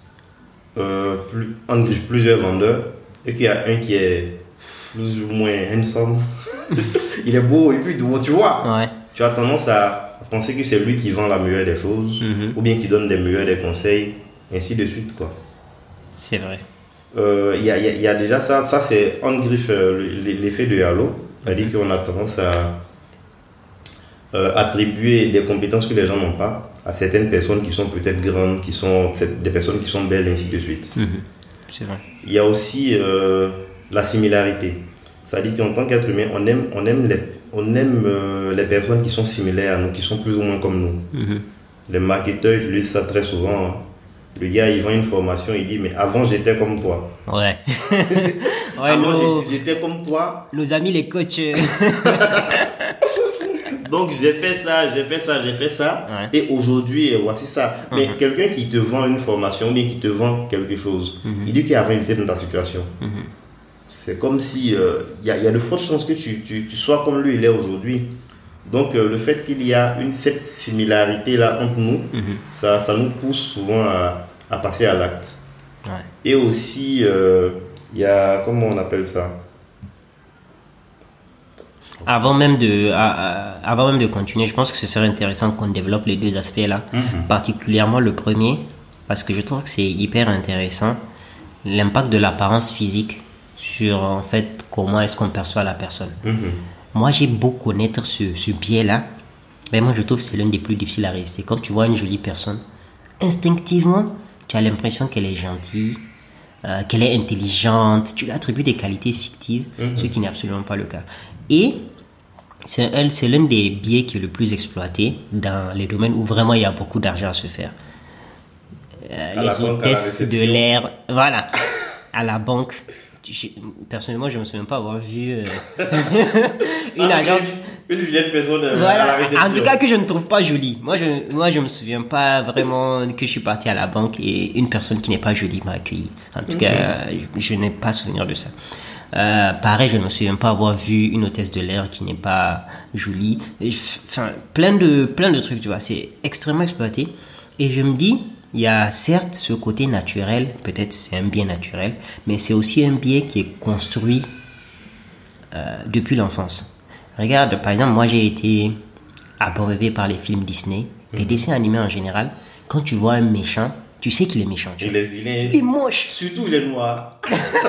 Euh, plus, entre plusieurs vendeurs et qu'il y a un qui est plus ou moins handsome, il est beau et puis tu vois, ouais. tu as tendance à penser que c'est lui qui vend la meilleure des choses mm-hmm. ou bien qui donne des meilleurs des conseils, ainsi de suite, quoi. C'est vrai. Il euh, y, a, y a déjà ça, ça c'est on griffe euh, l'effet de halo, c'est-à-dire mm-hmm. qu'on a tendance à euh, attribuer des compétences que les gens n'ont pas à certaines personnes qui sont peut-être grandes, qui sont des personnes qui sont belles, ainsi de suite. Mmh, c'est vrai. Il y a aussi euh, la similarité. C'est-à-dire qu'en tant qu'être humain, on aime, on aime, les, on aime euh, les personnes qui sont similaires à nous, qui sont plus ou moins comme nous. Mmh. Les marketeurs, je lis ça très souvent. Hein. Le gars, il vend une formation, il dit, mais avant, j'étais comme toi. Ouais. ouais avant, nos... j'étais comme toi. Nos amis, les coachs. Donc j'ai fait ça, j'ai fait ça, j'ai fait ça, ouais. Et aujourd'hui voici ça. Mm-hmm. Mais quelqu'un qui te vend une formation, bien qui te vend quelque chose, mm-hmm. il dit qu'il y avait une tête dans ta situation. Mm-hmm. C'est comme si il euh, y, y a de fortes chances que tu, tu, tu sois comme lui il est aujourd'hui. Donc euh, le fait qu'il y a une cette similarité là entre nous, mm-hmm. ça, ça nous pousse souvent à, à passer à l'acte. Ouais. Et aussi il euh, y a, comment on appelle ça? Avant même de, à, à, avant même de continuer, je pense que ce serait intéressant qu'on développe les deux aspects-là, mm-hmm. particulièrement le premier, parce que je trouve que c'est hyper intéressant, l'impact de l'apparence physique sur en fait comment est-ce qu'on perçoit la personne. Mm-hmm. Moi, j'ai beau connaître ce, ce biais-là, mais moi je trouve que c'est l'un des plus difficiles à résister. Quand tu vois une jolie personne, instinctivement, tu as l'impression qu'elle est gentille, euh, qu'elle est intelligente, tu lui attribues des qualités fictives, mm-hmm. ce qui n'est absolument pas le cas. Et c'est, un, c'est l'un des biais qui est le plus exploité dans les domaines où vraiment il y a beaucoup d'argent à se faire. Euh, les hôtesses de l'air, voilà, à la banque. Je, personnellement, je ne me souviens pas avoir vu euh, une agence. Une vilaine personne euh, voilà, à la réception. En tout cas, que je ne trouve pas jolie. Moi, je moi, je me souviens pas vraiment que je suis parti à la banque et une personne qui n'est pas jolie m'a accueilli. En tout mm-hmm. cas, je, je n'ai pas souvenir de ça. Euh, pareil, je ne me souviens pas avoir vu une hôtesse de l'air qui n'est pas jolie. Enfin, plein de, plein de trucs, tu vois. C'est extrêmement exploité. Et je me dis, il y a certes ce côté naturel, peut-être c'est un biais naturel, mais c'est aussi un biais qui est construit euh, depuis l'enfance. Regarde, par exemple, moi j'ai été abreuvé par les films Disney, les mmh. dessins animés en général. Quand tu vois un méchant, tu sais qu'il est méchant. Il est vilain. Il est moche. Surtout, il est noir.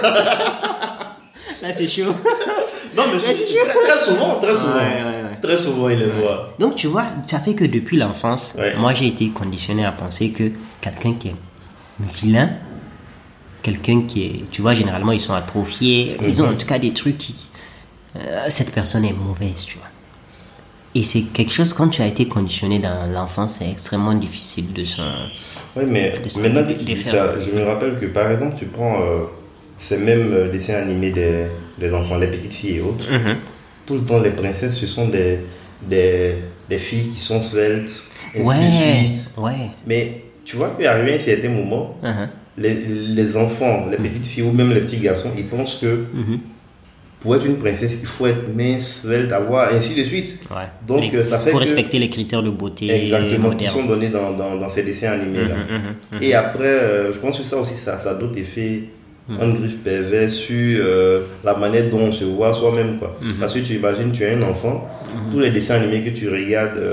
Là, c'est chaud. Non, mais c'est, c'est très, très souvent, très souvent. Ouais, ouais, ouais. Très souvent, il est ouais. noir. Donc, tu vois, ça fait que depuis l'enfance, ouais. moi, j'ai été conditionné à penser que quelqu'un qui est vilain, quelqu'un qui est... Tu vois, généralement, ils sont atrophiés. Mm-hmm. Ils ont en tout cas des trucs qui... Euh, cette personne est mauvaise, tu vois. Et c'est quelque chose, quand tu as été conditionné dans l'enfance, c'est extrêmement difficile de se... Oui, mais maintenant que tu dis ça, je me rappelle que, par exemple, tu prends... Euh, ces mêmes euh, dessins animés des, des enfants, les petites filles et autres. Mm-hmm. Tout le temps, les princesses, ce sont des, des, des filles qui sont sveltes, ainsi ouais, de suite. Ouais. Mais tu vois qu'il arrive à un certain moment, uh-huh. les, les enfants, les petites filles ou même les petits garçons, ils pensent que mm-hmm. pour être une princesse, il faut être mince, svelte, avoir, ainsi de suite. Ouais. Donc, les, ça fait faut que... respecter les critères de beauté. Exactement, qui sont donnés dans, dans, dans ces dessins animés-là. Mm-hmm, mm-hmm. Et après, euh, je pense que ça aussi, ça, ça a d'autres effets. Un griffe pervers sur euh, la manière dont on se voit soi-même, quoi. Mm-hmm. Parce que tu imagines, tu es un enfant, mm-hmm. tous les dessins animés que tu regardes, euh,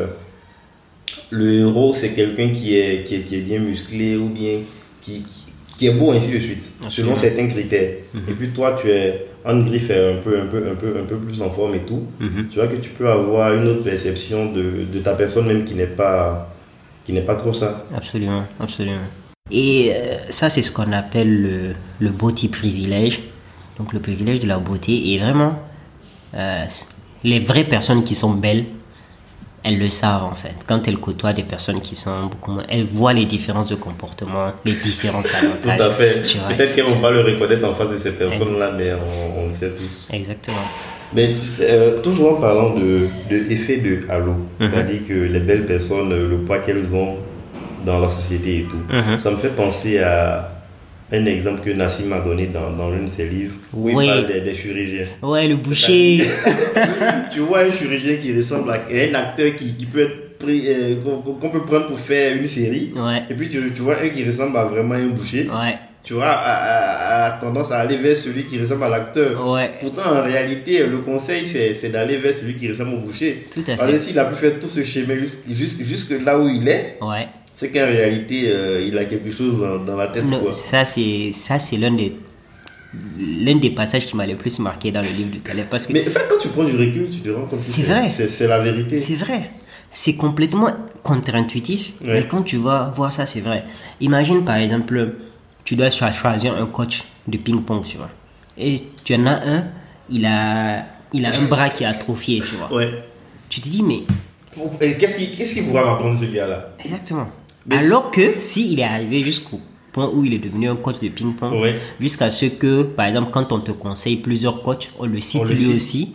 le héros c'est quelqu'un qui est, qui est, qui est bien musclé ou bien qui, qui, qui est beau, ainsi de suite, absolument. Selon certains critères. Mm-hmm. Et puis toi, tu es un griffe un peu, un, peu, un, peu, un peu plus en forme et tout. Mm-hmm. Tu vois que tu peux avoir une autre perception de, de ta personne, même qui n'est pas, qui n'est pas trop ça. Absolument, absolument. Et euh, ça, c'est ce qu'on appelle le, le beauty privilège. Donc, le privilège de la beauté. Et vraiment, euh, les vraies personnes qui sont belles, elles le savent en fait. Quand elles côtoient des personnes qui sont beaucoup moins... Elles voient les différences de comportement, les différences d'avantages. Tout à fait. Peut-être qu'elles ne vont pas le reconnaître en face de ces personnes-là, mais on, on le sait tous. Exactement. Mais tu sais, euh, toujours en parlant de, de l'effet de halo, mm-hmm. c'est-à-dire que les belles personnes, le poids qu'elles ont dans la société et tout. Mm-hmm. Ça me fait penser à un exemple que Nassim a donné dans, dans l'un de ses livres où oui. il parle des, des chirurgiens. Ouais, le boucher. Tu vois un chirurgien qui ressemble à un acteur qui, qui peut être pris, euh, qu'on, qu'on peut prendre pour faire une série. Ouais. Et puis tu, tu vois un qui ressemble à vraiment un boucher. Ouais. Tu vois, a, a, a tendance à aller vers celui qui ressemble à l'acteur. Ouais. Pourtant, en réalité, le conseil, c'est, c'est d'aller vers celui qui ressemble au boucher. Tout à fait. Parce que s'il a pu faire tout ce schéma jusque, jusque, jusque là où il est, ouais. c'est qu'en réalité, euh, il a quelque chose dans, dans la tête. Non, quoi. Ça, c'est, ça, c'est l'un des, l'un des passages qui m'a le plus marqué dans le livre de Caleb. Parce que mais en fait, quand tu prends du recul, tu te rends compte que c'est, c'est vrai. C'est, c'est la vérité. C'est vrai. C'est complètement contre-intuitif. Ouais. Mais quand tu vas voir ça, c'est vrai. Imagine, par exemple, tu dois choisir un coach de ping-pong, tu vois. Et tu en as un, il a, il a un bras qui est atrophié, tu vois. Ouais. Tu te dis, mais... Qu'est-ce qui, qu'est-ce qui pourra m'apprendre ce gars-là? Exactement. Mais alors que s'il est arrivé jusqu'au point où il est devenu un coach de ping-pong, ouais. jusqu'à ce que, par exemple, quand on te conseille plusieurs coachs, on le cite on le lui cite. aussi,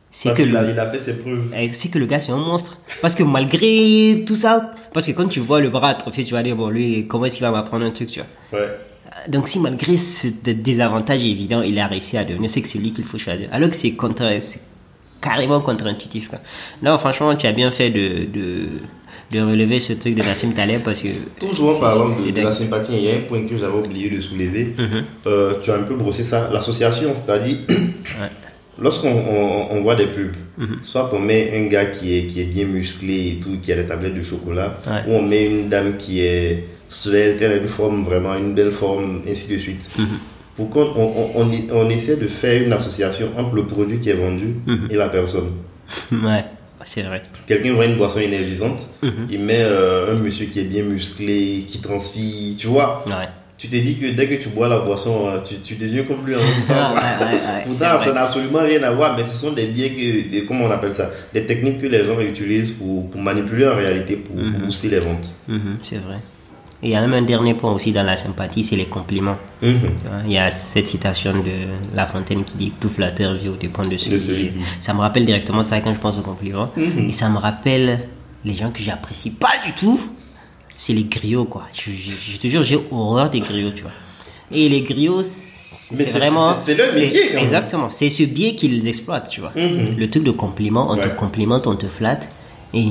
c'est parce que qu'il le, a, il a fait ses preuves. c'est que le gars, c'est un monstre. Parce que malgré tout ça, parce que quand tu vois le bras atrophié, tu vas dire, bon, lui, comment est-ce qu'il va m'apprendre un truc, tu vois. Ouais. Donc, si malgré ce désavantage évident, il a réussi à devenir, c'est que c'est lui qu'il faut choisir. Alors que c'est contre, c'est carrément contre-intuitif, quoi. Non, franchement, tu as bien fait de, de, de relever ce truc de Nassim Taleb parce que. Toujours en parlant de, de la sympathie, il y a un point que j'avais oublié de soulever. Mm-hmm. Euh, tu as un peu brossé ça. L'association, c'est-à-dire, ouais. Lorsqu'on on, on voit des pubs, mm-hmm. soit on met un gars qui est, qui est bien musclé et tout, qui a des tablettes de chocolat, ouais. ou on met une dame qui est svelte, elle a une forme vraiment, une belle forme, ainsi de suite. Mm-hmm. Pour qu'on on, on, on essaie de faire une association entre le produit qui est vendu mm-hmm. et la personne. Ouais, c'est vrai. Quelqu'un voit une boisson énergisante, mm-hmm. il met euh, un monsieur qui est bien musclé, qui transpire, tu vois. Ouais. Tu te dis que dès que tu bois la boisson, tu, tu deviens comme lui en même temps. ouais, ouais, ouais, pourtant, ça n'a absolument rien à voir, mais ce sont des biais que, comment on appelle ça, des techniques que les gens utilisent pour, pour manipuler en réalité, pour, mm-hmm. pour booster les ventes. Mm-hmm, c'est vrai. Et il y a même un dernier point aussi dans la sympathie, c'est les compliments. Mm-hmm. Il y a cette citation de La Fontaine qui dit « Tout flatteur vit au dépens de celui qui... » Ça me rappelle directement ça quand je pense aux compliments. Mm-hmm. Et ça me rappelle les gens que j'apprécie pas du tout. C'est les griots, quoi. Je, je, je te jure, j'ai horreur des griots, tu vois. Et les griots, c'est, c'est vraiment... C'est, c'est leur métier, c'est, exactement. C'est ce biais qu'ils exploitent, tu vois. Mm-hmm. Le truc de compliment, on ouais. te complimente, on te flatte. Et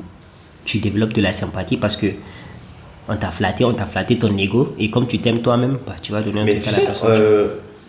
tu développes de la sympathie parce que on t'a flatté, on t'a flatté ton ego. Et comme tu t'aimes toi-même, bah, tu vas donner un truc à la personne. Euh,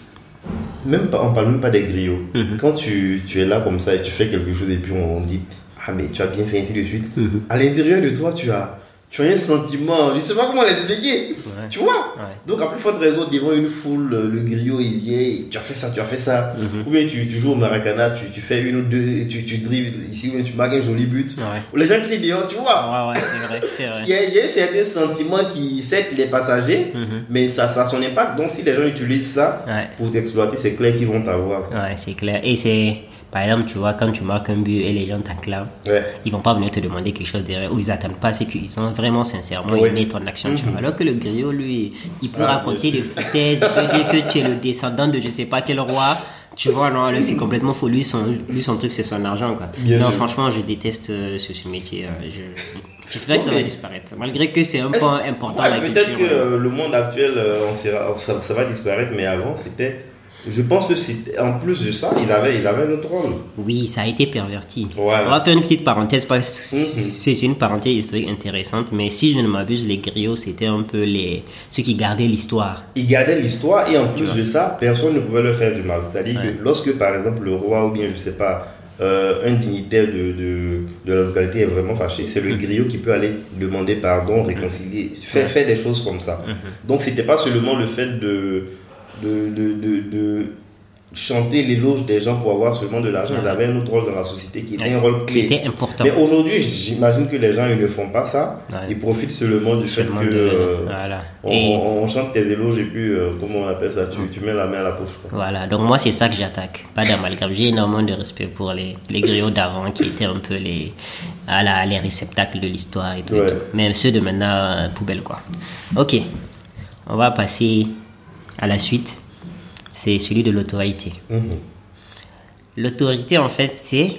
même pas, on parle même pas des griots. Mm-hmm. Quand tu, tu es là comme ça et tu fais quelque chose et puis on dit « Ah, mais tu as bien fait, ainsi de suite. Mm-hmm. » À l'intérieur de toi, tu as... Tu as un sentiment, je ne sais pas comment l'expliquer, ouais. tu vois. Ouais. Donc, à plus forte raison, devant une foule, le griot, il vient, tu as fait ça, tu as fait ça. Mm-hmm. Ou bien tu, tu joues au Maracana, tu, tu fais une ou deux, tu, tu dribbles ici, ou bien tu marques un joli but. Ouais. Ou les gens qui crient dehors, tu vois. Ouais, ouais, c'est vrai, c'est vrai. il, y a, il y a un certain sentiment qui, certes, il est passager, mm-hmm. mais ça, ça a son impact. Donc, si les gens utilisent ça ouais. pour t'exploiter, c'est clair qu'ils vont t'avoir. Ouais, c'est clair. Et c'est... Par exemple, tu vois, quand tu marques un but et les gens t'acclament, ouais. ils vont pas venir te demander quelque chose derrière, ou ils attendent pas, c'est qu'ils ont vraiment sincèrement oui. aimé ton action. Mm-hmm. Tu vois. Alors que le griot, lui, il peut ah, raconter des foutaises, il peut dire que tu es le descendant de je sais pas quel roi. Tu vois, non, là, c'est complètement faux. Lui, son, lui, son truc, c'est son argent, quoi. Bien non, sûr. Franchement, je déteste euh, ce, ce métier. Euh, je, j'espère que ça va disparaître. Malgré que c'est un Est-ce... point important. Ouais, la peut-être culture, que euh, le monde actuel, euh, on sera, ça, ça va disparaître, mais avant, c'était... Je pense que c'est, en plus de ça, il avait, il avait un autre rôle. Oui, ça a été perverti. Voilà. On va faire une petite parenthèse parce que mm-hmm. c'est une parenthèse historique intéressante. Mais si je ne m'abuse, les griots, c'était un peu les ceux qui gardaient l'histoire. Ils gardaient l'histoire et en plus de ça, personne ne pouvait leur faire du mal. C'est-à-dire ouais. que lorsque, par exemple, le roi ou bien, je sais pas, euh, un dignitaire de, de, de la localité est vraiment fâché, c'est le mm-hmm. griot qui peut aller demander pardon, réconcilier, mm-hmm. faire, faire des choses comme ça. Mm-hmm. Donc, c'était pas seulement le fait de... De, de, de, de chanter l'éloge des gens pour avoir seulement de l'argent. Ouais. Ils avaient un autre rôle dans la société qui était ouais. un rôle clé. Qui était important. Mais aujourd'hui, j'imagine que les gens ils ne font pas ça. Ouais. Ils profitent seulement du seulement fait que de... euh, voilà. on, et... on, on chante tes éloges et puis, euh, comment on appelle ça, tu, tu mets la main à la poche. Quoi. Voilà, donc moi c'est ça que j'attaque. Pas d'amalgame. J'ai énormément de respect pour les, les griots d'avant qui étaient un peu les, à la, les réceptacles de l'histoire et tout, ouais. et tout. Mais ceux de maintenant, euh, poubelle quoi. Ok, on va passer à la suite. C'est celui de l'autorité. Mmh. L'autorité, en fait, c'est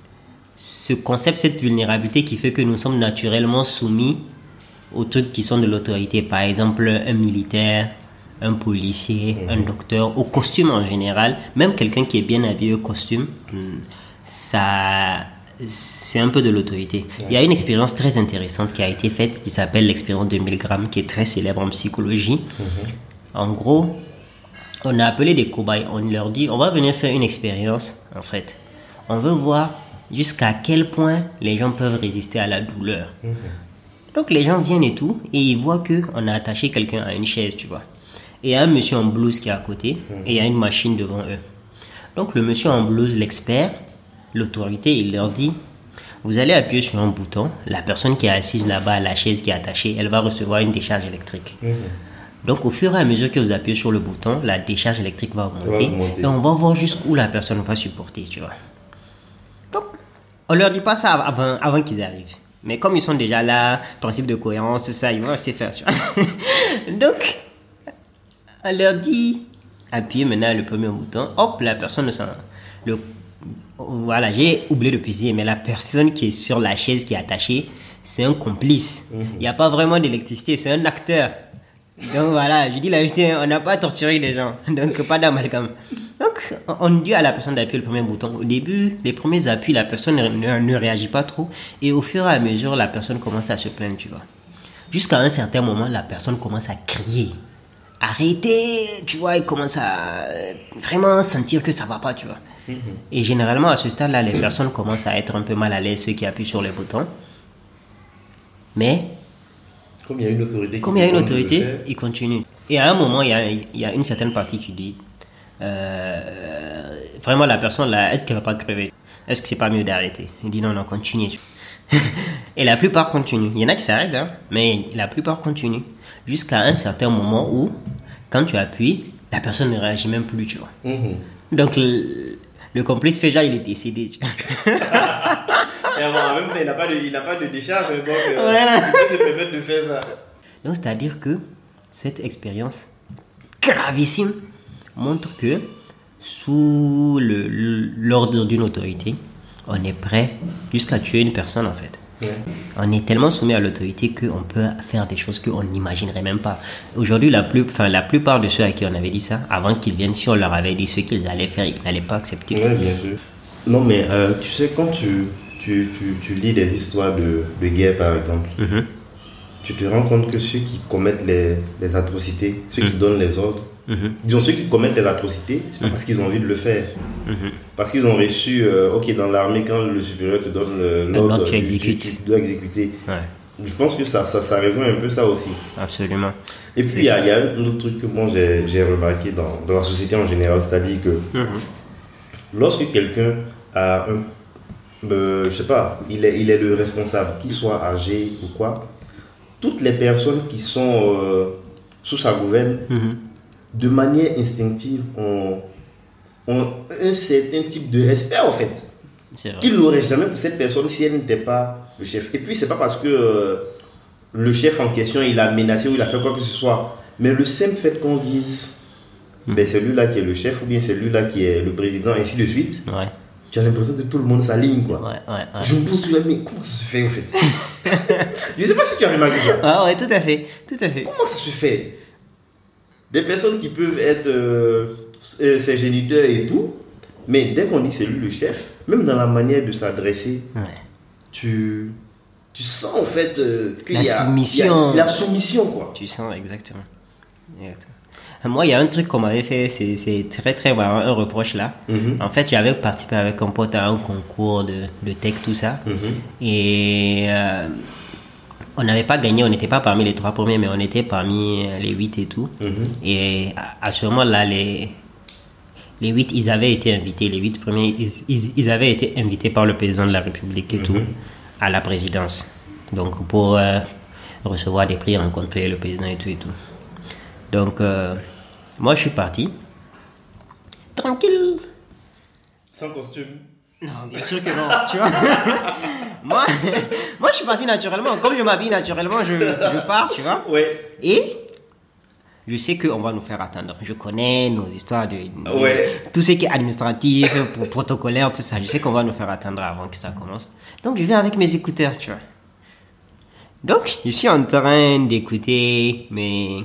ce concept, cette vulnérabilité qui fait que nous sommes naturellement soumis aux trucs qui sont de l'autorité. Par exemple, un militaire, un policier, mmh. un docteur, au costume en général. Même quelqu'un qui est bien habillé au costume, ça, c'est un peu de l'autorité. Mmh. Il y a une expérience très intéressante qui a été faite, qui s'appelle l'expérience de Milgram, qui est très célèbre en psychologie. Mmh. En gros... On a appelé des cobayes, on leur dit, on va venir faire une expérience, en fait. On veut voir jusqu'à quel point les gens peuvent résister à la douleur. Mmh. Donc les gens viennent et tout, et ils voient qu'on a attaché quelqu'un à une chaise, tu vois. Et il y a un monsieur en blouse qui est à côté, mmh. et il y a une machine devant eux. Donc le monsieur en blouse, l'expert, l'autorité, il leur dit, vous allez appuyer sur un bouton, la personne qui est assise là-bas à la chaise qui est attachée, elle va recevoir une décharge électrique. Mmh. Donc, au fur et à mesure que vous appuyez sur le bouton, la décharge électrique va augmenter. Va augmenter. Et on va voir jusqu'où la personne va supporter, tu vois. Donc, on leur dit pas ça avant, avant qu'ils arrivent. Mais comme ils sont déjà là, principe de cohérence, tout ça, ils vont rester faire, tu vois. Donc, on leur dit, appuyez maintenant le premier bouton. Hop, la personne, le, voilà, j'ai oublié de préciser, mais la personne qui est sur la chaise qui est attachée, c'est un complice. Il mm-hmm. n'y a pas vraiment d'électricité, c'est un acteur. Donc voilà, je dis la vérité, on n'a pas torturé les gens, donc pas d'amalgame. Donc on dit à la personne d'appuyer le premier bouton. Au début, les premiers appuis, la personne ne, ne, ne réagit pas trop, et au fur et à mesure, la personne commence à se plaindre, tu vois. Jusqu'à un certain moment, la personne commence à crier. Arrêtez, tu vois, elle commence à vraiment sentir que ça va pas, tu vois. Mm-hmm. Et généralement, à ce stade-là, les personnes commencent à être un peu mal à l'aise, ceux qui appuient sur les boutons. Mais, comme il y a une autorité, comme il y a une autorité, ils continuent. Et à un moment, il y a, il y a une certaine partie qui dit, euh, vraiment la personne là, est-ce qu'elle va pas crever? Est-ce que c'est pas mieux d'arrêter? Il dit non, non, continue. Et la plupart continuent. Il y en a qui s'arrêtent, hein, mais la plupart continuent. Jusqu'à un certain moment où, quand tu appuies, la personne ne réagit même plus, tu vois. Mm-hmm. Donc, le, le complice fait genre, il est décédé, tu vois. Et en même temps, il n'a pas de, il n'a pas de décharge, donc euh, voilà. Il peut se permettre de faire ça. Donc, c'est-à-dire que cette expérience gravissime montre que, sous le, l'ordre d'une autorité, on est prêt jusqu'à tuer une personne, en fait. Ouais. On est tellement soumis à l'autorité qu'on peut faire des choses qu'on n'imaginerait même pas. Aujourd'hui, la, plus, enfin, la plupart de ceux à qui on avait dit ça, avant qu'ils viennent, si on leur avait dit ce qu'ils allaient faire, ils n'allaient pas accepter. Oui, bien sûr. Non, mais euh, tu sais, quand tu, tu, tu, tu lis des histoires de, de guerre, par exemple, mm-hmm. tu te rends compte que ceux qui commettent les, les atrocités, ceux mm-hmm. qui donnent les ordres, mm-hmm. disons ceux qui commettent les atrocités, c'est pas mm-hmm. parce qu'ils ont envie de le faire. Mm-hmm. Parce qu'ils ont reçu, euh, ok, dans l'armée, quand le supérieur te donne le, l'ordre, tu, tu, tu, tu dois exécuter. Ouais. Je pense que ça, ça, ça rejoint un peu ça aussi. Absolument. Et puis, il y, y a un autre truc que moi j'ai, j'ai remarqué dans, dans la société en général, c'est-à-dire que mm-hmm. lorsque quelqu'un a un. Euh, je sais pas, il est, il est le responsable, qu'il soit âgé ou quoi, toutes les personnes qui sont euh, sous sa gouverne, mm-hmm. de manière instinctive, ont, ont un certain type de respect en fait. Qu'il n'aurait jamais pour cette personne si elle n'était pas le chef. Et puis, c'est pas parce que euh, le chef en question il a menacé ou il a fait quoi que ce soit, mais le simple fait qu'on dise mm. ben, c'est lui-là qui est le chef ou bien c'est lui-là qui est le président, ainsi de suite. Ouais. Tu as l'impression que tout le monde s'aligne, quoi. Ouais, ouais, ouais. Je me pose toujours, mais comment ça se fait, en fait? Je ne sais pas si tu as remarqué ça. Ah ouais, tout à fait, tout à fait. Comment ça se fait? Des personnes qui peuvent être euh, euh, ses géniteurs et tout, mais dès qu'on dit c'est lui le chef, même dans la manière de s'adresser, ouais. tu, tu sens, en fait, euh, qu'il la y a... soumission. Il y a la soumission, quoi. Tu sens, exactement. Exactement. Moi, il y a un truc qu'on m'avait fait, c'est, c'est très très marrant, un reproche là. Mm-hmm. En fait, j'avais participé avec un pote à un concours de, de tech, tout ça. Mm-hmm. Et euh, on n'avait pas gagné, on n'était pas parmi les trois premiers, mais on était parmi les huit et tout. Mm-hmm. Et à, à ce moment-là, les, les huit, ils avaient été invités, les huit premiers, ils, ils, ils avaient été invités par le président de la République et mm-hmm. tout, à la présidence. Donc, pour euh, recevoir des prix, rencontrer le président et tout et tout. Donc, euh, moi, je suis parti. Tranquille. Sans costume. Non, bien sûr que non, tu vois. moi, moi, je suis parti naturellement. Comme je m'habille naturellement, je, je pars, tu vois. Ouais. Et je sais qu'on va nous faire attendre. Je connais nos histoires de... de ouais. Tout ce qui est administratif, protocolaire, tout ça. Je sais qu'on va nous faire attendre avant que ça commence. Donc, je viens avec mes écouteurs, tu vois. Donc, je suis en train d'écouter mes...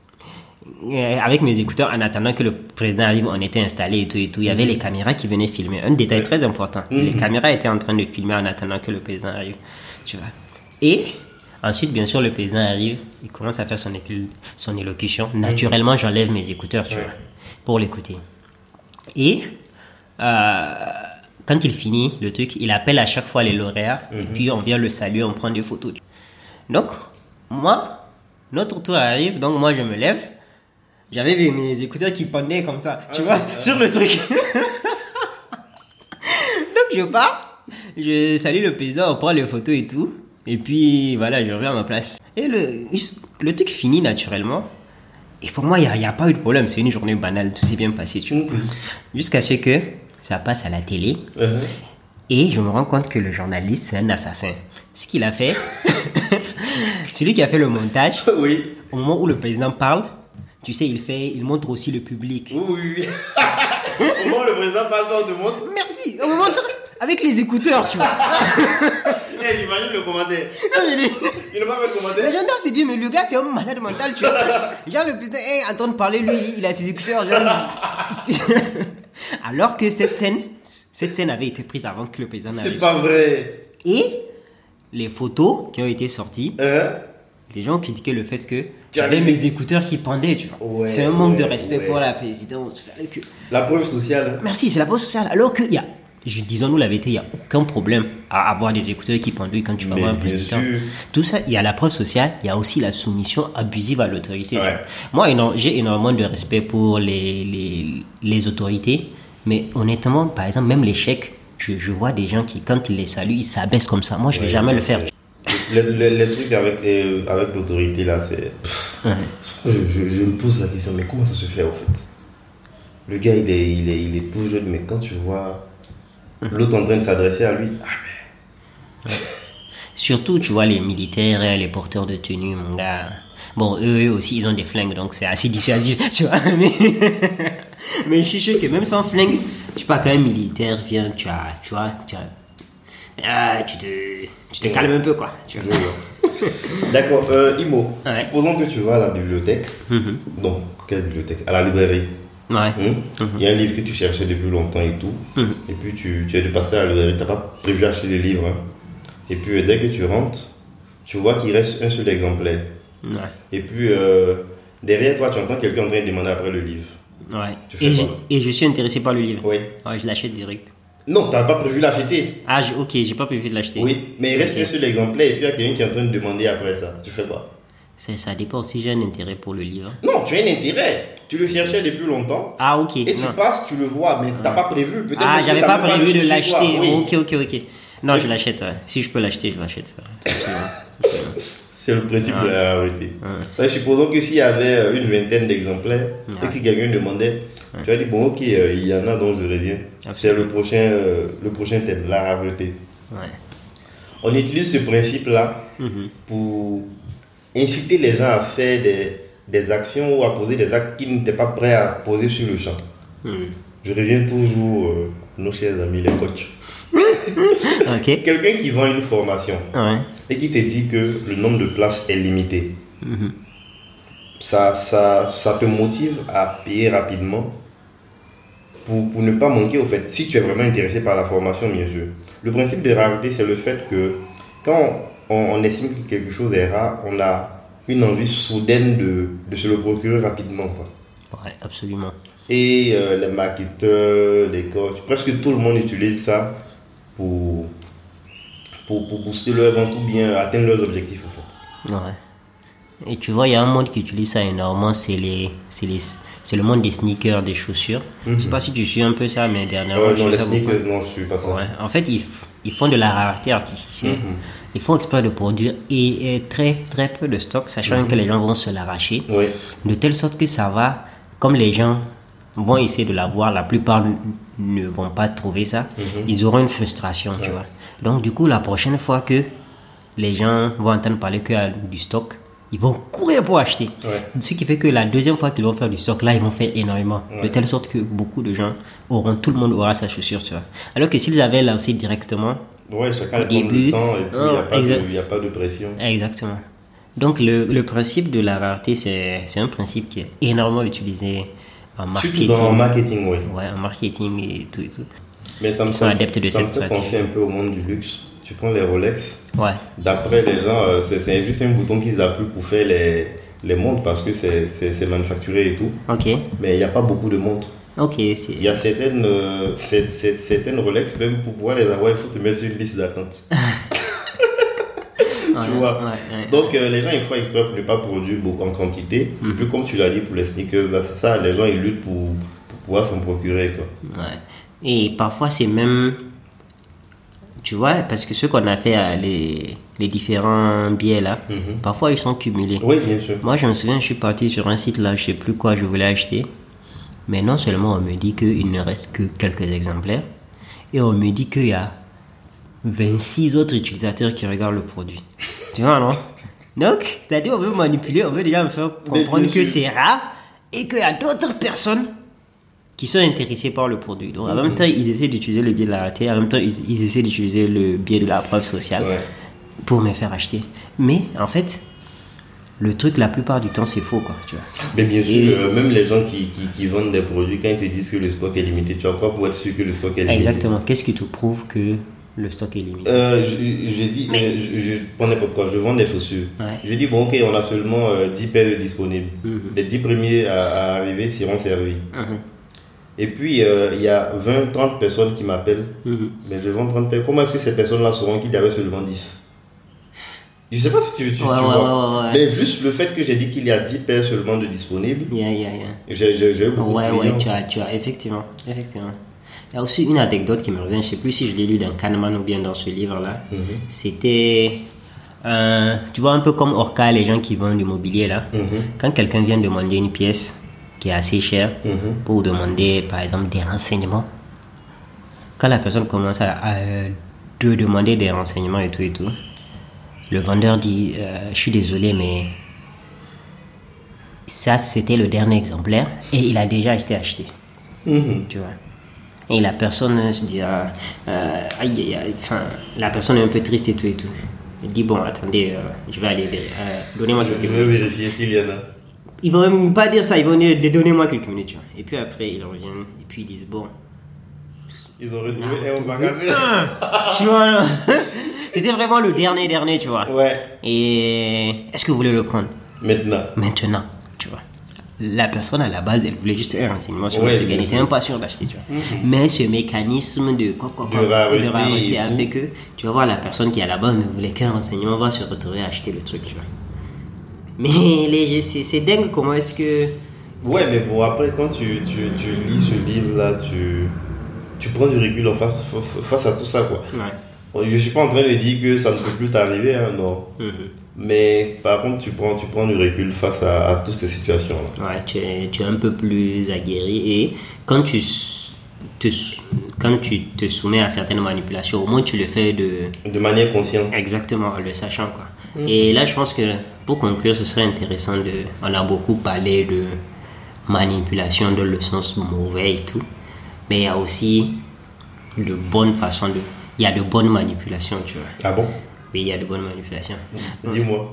avec mes écouteurs en attendant que le président arrive, on était installés et tout et tout. Il y avait mm-hmm. les caméras qui venaient filmer. Un détail très important. Mm-hmm. Les caméras étaient en train de filmer en attendant que le président arrive. Tu vois. Et ensuite, bien sûr, le président arrive. Il commence à faire son, écu- son élocution. Naturellement, mm-hmm. j'enlève mes écouteurs, tu ouais. vois, pour l'écouter. Et euh, quand il finit le truc, il appelle à chaque fois les lauréats. Mm-hmm. Et puis, on vient le saluer, on prend des photos. Donc, moi, notre tour arrive. Donc, moi, je me lève. J'avais mes écouteurs qui pendaient comme ça, tu ah, vois, ah, sur le truc. Donc je pars, je salue le président, on prend les photos et tout. Et puis voilà, je reviens à ma place. Et le, le truc finit naturellement. Et pour moi, il n'y a, y a pas eu de problème. C'est une journée banale, tout s'est bien passé, tu vois. Mm-hmm. Jusqu'à ce que ça passe à la télé. Uh-huh. Et je me rends compte que le journaliste, c'est un assassin. Ce qu'il a fait, celui qui a fait le montage, oui. au moment où le président parle, tu sais, il fait, il montre aussi le public. Oui, oui. Au moment où le président parle, on te montre. Merci. Oui, on me montre avec les écouteurs, tu vois. Eh, j'imagine le commentaire. Non, mais les... Il n'a pas fait le commentaire. Les gens doivent se dire, mais le gars, c'est un malade mental, tu vois. Genre, le putain, hey, en train de parler, lui, il a ses écouteurs. Genre... Alors que cette scène, cette scène avait été prise avant que le président n'arrive. C'est pas vrai. Et les photos qui ont été sorties, Hein? les gens ont critiqué le fait que Tu j'avais avais- mes écouteurs qui pendaient, tu vois. Ouais, c'est un manque ouais, de respect ouais. pour la présidence. Tout ça, que... La preuve sociale. Merci, c'est la preuve sociale. Alors que, y a, je, disons-nous la vérité, il n'y a aucun problème à avoir des écouteurs qui pendouillent quand tu vas Mais voir un bien président. sûr. Tout ça, il y a la preuve sociale, il y a aussi la soumission abusive à l'autorité. Ouais. tu vois. Moi, éno- j'ai énormément de respect pour les, les, les autorités, mais honnêtement, par exemple, même les chèques, je, je vois des gens qui, quand ils les saluent, ils s'abaissent comme ça. Moi, je ne vais Ouais, jamais le c'est- faire. Le, le, le truc avec, euh, avec l'autorité là, c'est. pff, Ouais. je, je, je me pose la question, mais comment ça se fait en fait? Le gars il est, il, est, il est tout jeune, mais quand tu vois l'autre en train de s'adresser à lui, ah Surtout, tu vois, les militaires et les porteurs de tenue, mon gars. Bon, eux, eux aussi, ils ont des flingues, donc c'est assez dissuasif, tu vois. Mais, mais je suis sûr que même sans flingue, tu pas quand même militaire, viens, tu as, tu vois, tu as, ah, tu te, tu te calmes un peu, quoi. Tu vois. mais. D'accord, euh, Imo, Ouais. supposons que tu vas à la bibliothèque. Mhm. Non, quelle bibliothèque? À la librairie. Ouais. Hein? Il y a un livre que tu cherchais depuis longtemps et tout. Mhm. Et puis tu, tu es de passer à la librairie, tu n'as pas prévu d'acheter le livre. hein. Et puis euh, dès que tu rentres, tu vois qu'il reste un seul exemplaire. Ouais. Et puis euh, derrière toi, tu entends quelqu'un en train de demander après le livre. Ouais. Tu fais Et je, quoi? et je suis intéressé par le livre. Oui. Ouais, je l'achète direct. Non, tu n'as pas prévu l'acheter. Ah, j'ai- ok, j'ai pas prévu de l'acheter. Oui, mais il reste Ok. un seul exemplaire et puis il y a quelqu'un qui est en train de demander après ça. Tu fais quoi? C'est- Ça dépend si j'ai un intérêt pour le livre. Non, tu as un intérêt. Tu le cherchais depuis longtemps. Ah, ok. Et tu non. passes, tu le vois, mais tu n'as pas prévu. Peut-être Ah, que j'avais t'as pas même prévu le de chez l'acheter. toi. Oui. Ok, ok, ok. Non, je l'achète. ouais. Si je peux l'acheter, je l'achète. ça. C'est le principe Ouais. de la rareté. Ouais. Ouais, supposons que s'il y avait euh, une vingtaine d'exemplaires et Ouais. que quelqu'un demandait, tu as dit, bon, ok, euh, il y en a dont je reviens. C'est le prochain, euh, le prochain thème, la rareté. Ouais. On utilise ce principe-là Mhm. pour inciter les gens à faire des, des actions ou à poser des actes qu'ils n'étaient pas prêts à poser sur le champ. Mhm. Je reviens toujours euh, à nos chers amis les coachs. Ok. Quelqu'un qui vend une formation Ouais. et qui te dit que le nombre de places est limité, Mhm. ça, ça, ça te motive à payer rapidement pour, pour ne pas manquer au fait, si tu es vraiment intéressé par la formation, bien sûr. Le principe de rareté, c'est le fait que quand on, on estime que quelque chose est rare, on a une envie soudaine de, de se le procurer rapidement, quoi. Ouais, absolument. Et euh, les marketeurs, les coachs, presque tout le monde utilise ça pour, pour, pour booster leur vente ou bien atteindre leurs objectifs, au fait. Ouais. Et tu vois, il y a un monde qui utilise ça énormément, c'est les, c'est les, c'est le monde des sneakers, des chaussures. Je sais pas si tu suis un peu ça, mais dernièrement, Euh, je non, suis les ça beaucoup. sneakers, non, je suis pas ça. Ouais. En fait, ils, f- ils font de la rareté artificielle. Mhm. Ils font exprès de produire et, et très très peu de stock, sachant que les gens vont se l'arracher. Oui. De telle sorte que ça va, comme les gens vont essayer de l'avoir, la plupart n- ne vont pas trouver ça, ils auront une frustration, tu vois. Donc du coup, la prochaine fois que les gens vont entendre parler qu'il y a du stock, ils vont courir pour acheter. Ouais. Ce qui fait que la deuxième fois qu'ils vont faire du stock, là, ils vont faire énormément. De Ouais. telle sorte que beaucoup de gens auront, tout le monde aura sa chaussure, tu vois. Alors que s'ils avaient lancé directement, Ouais, chacun Au prend début, le temps et puis il n'y a, oh, pas de- exact. il y a pas de pression. exactement. Donc le, le principe de la rareté, c'est c'est un principe qui est énormément utilisé en marketing. Surtout dans le marketing, oui. Ouais, en marketing et tout et tout. Mais ça me, Ils sont ça me- adeptes de ça me cette fait stratégie. penser un peu au monde du luxe. Tu prends les Rolex, Ouais. d'après les gens, euh, c'est c'est juste un bouton qu'ils appuient pour faire les, les montres parce que c'est c'est- c'est manufacturé et tout. Ok. Mais il n'y a pas beaucoup de montres. Ok, Il c'est. y a certaines, euh, c'est- c'est- certaines Rolex, même pour pouvoir les avoir, il faut te mettre sur une liste d'attente. Ouais, tu vois. ouais, ouais. Donc euh, les gens ils font exprès pour ne pas produire beaucoup en quantité. Et puis comme tu l'as dit pour les sneakers, là, c'est ça, les gens ils luttent pour, pour pouvoir s'en procurer, quoi. Ouais. Et parfois, c'est même. Tu vois, parce que ce qu'on a fait, à les, les différents billets là, Mhm. parfois ils sont cumulés. Oui, bien sûr. Moi, je me souviens, je suis parti sur un site là, je sais plus quoi je voulais acheter. Mais non seulement on me dit qu'il ne reste que quelques exemplaires, et on me dit qu'il y a vingt-six autres utilisateurs qui regardent le produit. Tu vois, non? Donc, c'est-à-dire, on veut manipuler, on veut déjà me faire Mais comprendre bien que sûr. c'est rare, et qu'il y a d'autres personnes qui sont intéressés par le produit. Donc, en mm-hmm. même temps, ils essaient d'utiliser le biais de la rareté, en même temps, ils, ils essaient d'utiliser le biais de la preuve sociale ouais. pour me faire acheter. Mais, en fait, le truc, la plupart du temps, c'est faux, quoi, tu vois. Mais bien sûr, et, euh, même les gens qui, qui, qui vendent des produits, quand ils te disent que le stock est limité, tu as quoi pour être sûr que le stock est limité? Exactement. Qu'est-ce qui te prouve que le stock est limité? euh, J'ai dit, mais... euh, je, je prends n'importe quoi, je vends des chaussures. Ouais. Je dis, bon, ok, on a seulement euh, dix paires disponibles. Mm-hmm. Les dix premiers à, à arriver seront servis. Mm-hmm. Et puis, il euh, y a vingt, trente personnes qui m'appellent. Mm-hmm. Mais je vends trente paires. Comment est-ce que ces personnes-là sauront qu'il y avait seulement dix? Je ne sais pas si tu, tu, ouais, tu ouais, vois. Ouais, ouais. Mais juste le fait que j'ai dit qu'il y a dix paires seulement de disponibles. Yeah, yeah, yeah. J'ai, j'ai, j'ai beaucoup ouais, de clients. Ouais, tu as, tu as, effectivement. effectivement. Il y a aussi une anecdote qui me revient. Je ne sais plus si je l'ai lu dans Kahneman ou bien dans ce livre-là. Mm-hmm. C'était... Euh, tu vois, un peu comme Orca, les gens qui vendent du mobilier, là. Mm-hmm. Quand quelqu'un vient demander une pièce qui est assez chère mm-hmm. pour demander, par exemple, des renseignements, quand la personne commence à, à de demander des renseignements et tout et tout, le vendeur dit euh, je suis désolé, mais ça, c'était le dernier exemplaire et il a déjà été acheté. Mm-hmm. Tu vois. Et la personne se dit euh, euh, aïe, aïe, aïe, enfin, la personne est un peu triste et tout et tout. Il dit bon, attendez, euh, je vais aller vérifier. Euh, donnez-moi quelques minutes. Je vais vérifier s'il y en a. Ils vont même pas dire ça, ils vont dire donnez-moi quelques minutes. Tu vois. Et puis après, ils reviennent et puis ils disent bon. Ils ont retrouvé un au magasin. Tu vois, là. C'était vraiment le dernier dernier, tu vois. Ouais. Et est-ce que vous voulez le prendre? Maintenant. Maintenant, tu vois. La personne à la base, elle voulait juste un renseignement sur ouais, le truc. Elle n'était même pas sûre d'acheter, tu vois. Mm-hmm. Mais ce mécanisme de, quoi, quoi, quoi, de rareté, de rareté a fait que, tu vas voir, la personne qui à la base ne voulait qu'un renseignement va se retrouver à acheter le truc, tu vois. Mais les, c'est, c'est dingue comment est-ce que... Ouais, mais bon, après, quand tu, tu, tu lis ce livre-là, tu, tu prends du recul en face, face à tout ça, quoi. Ouais. Je ne suis pas en train de dire que ça ne peut plus t'arriver, hein, non. Mm-hmm. Mais par contre, tu prends, tu prends du recul face à, à toutes ces situations-là. Ouais, tu es, tu es un peu plus aguerri. Et quand tu, te, quand tu te soumets à certaines manipulations, au moins tu le fais de... De manière consciente. Exactement, en le sachant, quoi. Mm-hmm. Et là, je pense que pour conclure, ce serait intéressant de... On a beaucoup parlé de manipulation dans le sens mauvais et tout. Mais il y a aussi de bonnes façons de... Il y a de bonnes manipulations, tu vois. Ah bon? Oui, il y a de bonnes manipulations. Dis-moi.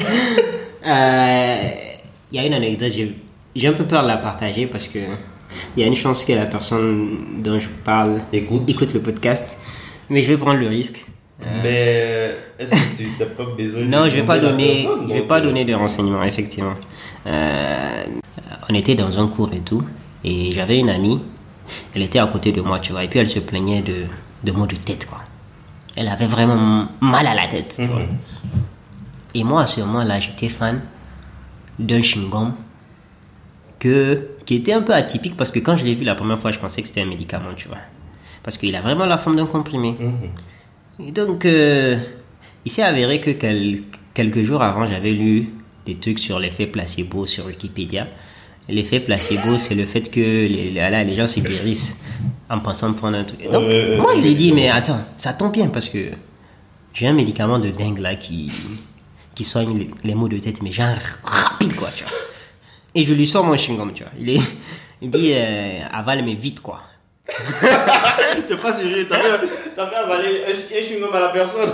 euh, il y a une anecdote, j'ai, j'ai un peu peur de la partager parce que il y a une chance que la personne dont je parle écoute, écoute le podcast. Mais je vais prendre le risque. Euh, mais est-ce que tu n'as pas besoin de non, je vais pas donner, personne, je vais pas donner de renseignements, effectivement. Euh, on était dans un cours et tout, et j'avais une amie, elle était à côté de moi, tu vois, et puis elle se plaignait de de maux de tête, quoi. Elle avait vraiment mal à la tête, tu mm-hmm. vois. Et moi, à ce moment-là, j'étais fan d'un chewing-gum que, qui était un peu atypique parce que quand je l'ai vu la première fois, je pensais que c'était un médicament, tu vois. Parce qu'il a vraiment la forme d'un comprimé. Mm-hmm. Et donc, euh, il s'est avéré que quel, quelques jours avant, j'avais lu des trucs sur l'effet placebo sur Wikipédia. L'effet placebo, c'est le fait que les, les, les gens se guérissent en pensant prendre un truc. Donc, euh, moi, je lui ai dit, mais attends, ça tombe bien parce que j'ai un médicament de dingue là qui, qui soigne les, les maux de tête, mais genre rapide, quoi, tu vois. Et je lui sors mon chewing-gum, tu vois. Il, est, il dit, euh, avale, mais vite, quoi. T'es pas sérieux, t'as fait, t'as fait avaler un chewing-gum à la personne.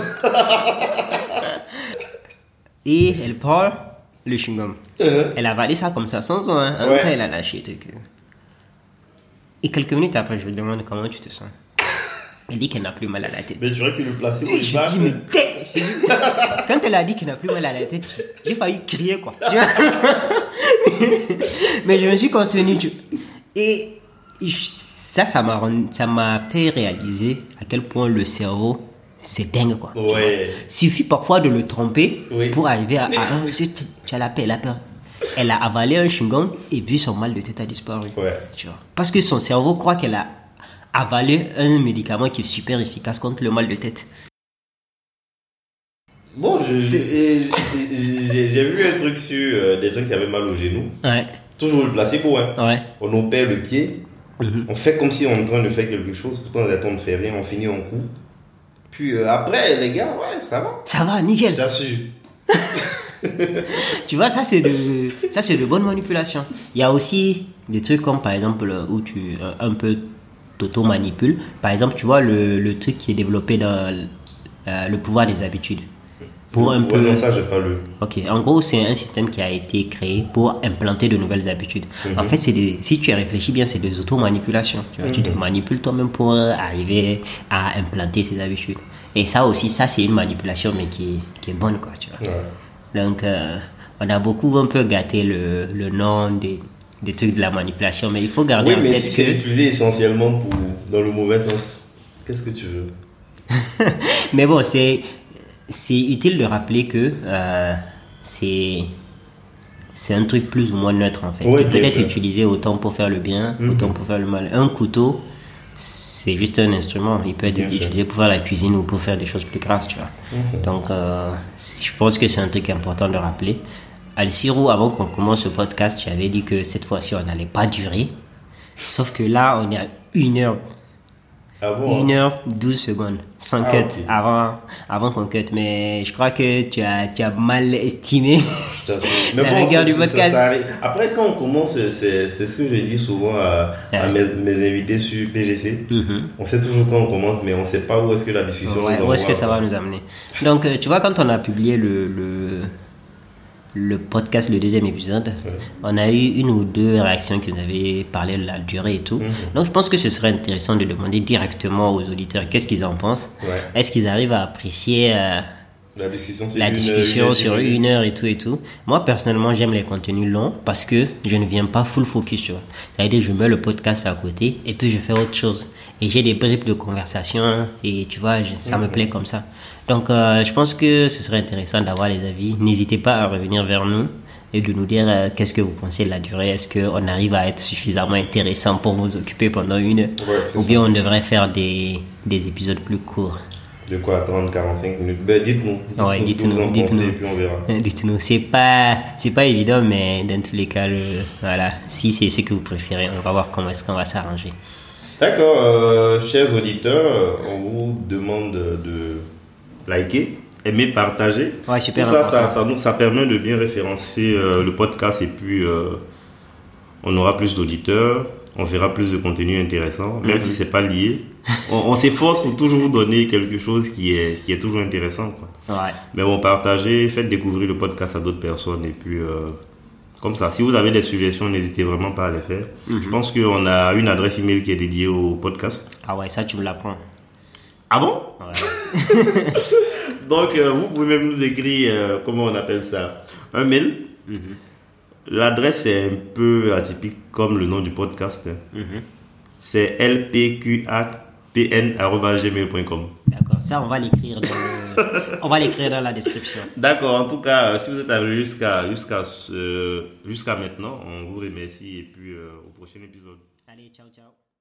Et elle parle. Le chewing-gum. Uh-huh. Elle a avalé ça comme ça, sans soin. En même temps, elle a lâché. Truc. Et quelques minutes après, je lui demande comment tu te sens. Elle dit qu'elle n'a plus mal à la tête. Mais je dirais que le placebo est je dis, mais quand elle a dit qu'elle n'a plus mal à la tête, j'ai failli crier, quoi. Mais je me suis contenu. Tu... Et ça, ça m'a, ça m'a fait réaliser à quel point le cerveau... C'est dingue, quoi. Ouais. Il suffit parfois de le tromper oui. pour arriver à... à tu, tu as la paix, la peur. Elle a avalé un chewing-gum et puis son mal de tête a disparu. Ouais. Tu vois. Parce que son cerveau croit qu'elle a avalé un médicament qui est super efficace contre le mal de tête. Bon, je, j'ai, j'ai, j'ai vu un truc sur euh, des gens qui avaient mal au genou. Ouais. Toujours le placebo, hein. Ouais. On opère le pied. Mm-hmm. On fait comme si on est en train de faire quelque chose. Pourtant, on ne fait rien. On finit en coup. Puis euh, après, les gars, ouais, ça va. Ça va, nickel. Je t'assure. Tu vois, ça c'est de, ça c'est de bonne manipulation. Il y a aussi des trucs comme par exemple où tu un peu t'auto-manipules. Par exemple, tu vois le, le truc qui est développé dans euh, le pouvoir des habitudes. Pour le un pouvoir, peu. Non, ça, j'ai pas lu. Ok, en gros, c'est un système qui a été créé pour implanter de nouvelles habitudes. Mm-hmm. En fait, c'est des, si tu réfléchis bien, c'est des auto-manipulations. Tu, vois, mm-hmm. tu te manipules toi-même pour arriver à implanter ces habitudes. Et ça aussi, ça c'est une manipulation, mais qui, qui est bonne, quoi, tu vois. Ouais. Donc, euh, on a beaucoup un peu gâté le, le nom des, des trucs de la manipulation, mais il faut garder oui, en tête tête si que... c'est utilisé essentiellement pour, dans le mauvais sens, qu'est-ce que tu veux? Mais bon, c'est... C'est utile de rappeler que euh, c'est c'est un truc plus ou moins neutre en fait. Oui, qui peut être sûr. utilisé autant pour faire le bien, mm-hmm. autant pour faire le mal. Un couteau, c'est juste un instrument. Il peut être bien utilisé sûr. Pour faire la cuisine ou pour faire des choses plus graves, tu vois. Mm-hmm. Donc, euh, je pense que c'est un truc important de rappeler. Al-Sirou, avant qu'on commence ce podcast, tu avais dit que cette fois-ci, on n'allait pas durer. Sauf que là, on est à une heure. Ah bon, une heure douze secondes, sans ah, cut, okay. avant, avant qu'on cut. Mais je crois que tu as, tu as mal estimé je mais la bon, rigueur du podcast. Ça, ça Après, quand on commence, c'est, c'est ce que je dis souvent à, ouais. à mes, mes invités sur P G C. Mm-hmm. On sait toujours quand on commence, mais on ne sait pas où est-ce que la discussion ouais, nous où est-ce voir, que ça quoi. va nous amener. Donc, tu vois, quand on a publié le... le le podcast, le deuxième épisode, ouais. on a eu une ou deux réactions qui nous avaient parlé de la durée et tout. Mm-hmm. Donc, je pense que ce serait intéressant de demander directement aux auditeurs qu'est-ce qu'ils en pensent. Ouais. Est-ce qu'ils arrivent à apprécier euh, la discussion sur, la une, discussion une, sur une, une heure et tout et tout. Moi, personnellement, j'aime les contenus longs parce que je ne viens pas full focus sur. C'est-à-dire, je mets le podcast à côté et puis je fais autre chose. Et j'ai des bribes de conversation et tu vois, je, ça mm-hmm. me plaît comme ça. Donc, euh, je pense que ce serait intéressant d'avoir les avis. N'hésitez pas à revenir vers nous et de nous dire euh, qu'est-ce que vous pensez de la durée. Est-ce qu'on arrive à être suffisamment intéressant pour vous occuper pendant une heure ouais, ou bien ça. On devrait faire des, des épisodes plus courts. De quoi, trente à quarante-cinq minutes? Ben, dites-nous. Dites-nous ouais, dites-nous. Dites-nous. Et puis on verra. Dites-nous. C'est pas, c'est pas évident, mais dans tous les cas, le, voilà. Si c'est ce que vous préférez, on va voir comment est-ce qu'on va s'arranger. D'accord. Euh, chers auditeurs, on vous demande de liker, aimer, partager. Ouais, super. Tout ça, ça, ça, nous, ça permet de bien référencer euh, le podcast et puis euh, on aura plus d'auditeurs, on verra plus de contenu intéressant, même mm-hmm. si c'est pas lié. On, on s'efforce pour toujours vous donner quelque chose qui est, qui est toujours intéressant, quoi. Ouais. Mais bon, partagez, faites découvrir le podcast à d'autres personnes et puis euh, comme ça, si vous avez des suggestions, n'hésitez vraiment pas à les faire. Mm-hmm. Je pense qu'on a une adresse email qui est dédiée au podcast. Ah ouais, ça tu me l'apprends. Ah bon? Ouais. Donc, euh, vous pouvez même nous écrire, euh, comment on appelle ça, un mail. Mm-hmm. L'adresse est un peu atypique comme le nom du podcast. Hein. Mm-hmm. C'est l p q a p n arobase gmail point com. D'accord, ça on va l'écrire dans, le... on va l'écrire dans la description. D'accord, en tout cas, si vous êtes arrivé jusqu'à, jusqu'à, euh, jusqu'à maintenant, on vous remercie et puis euh, au prochain épisode. Allez, ciao, ciao.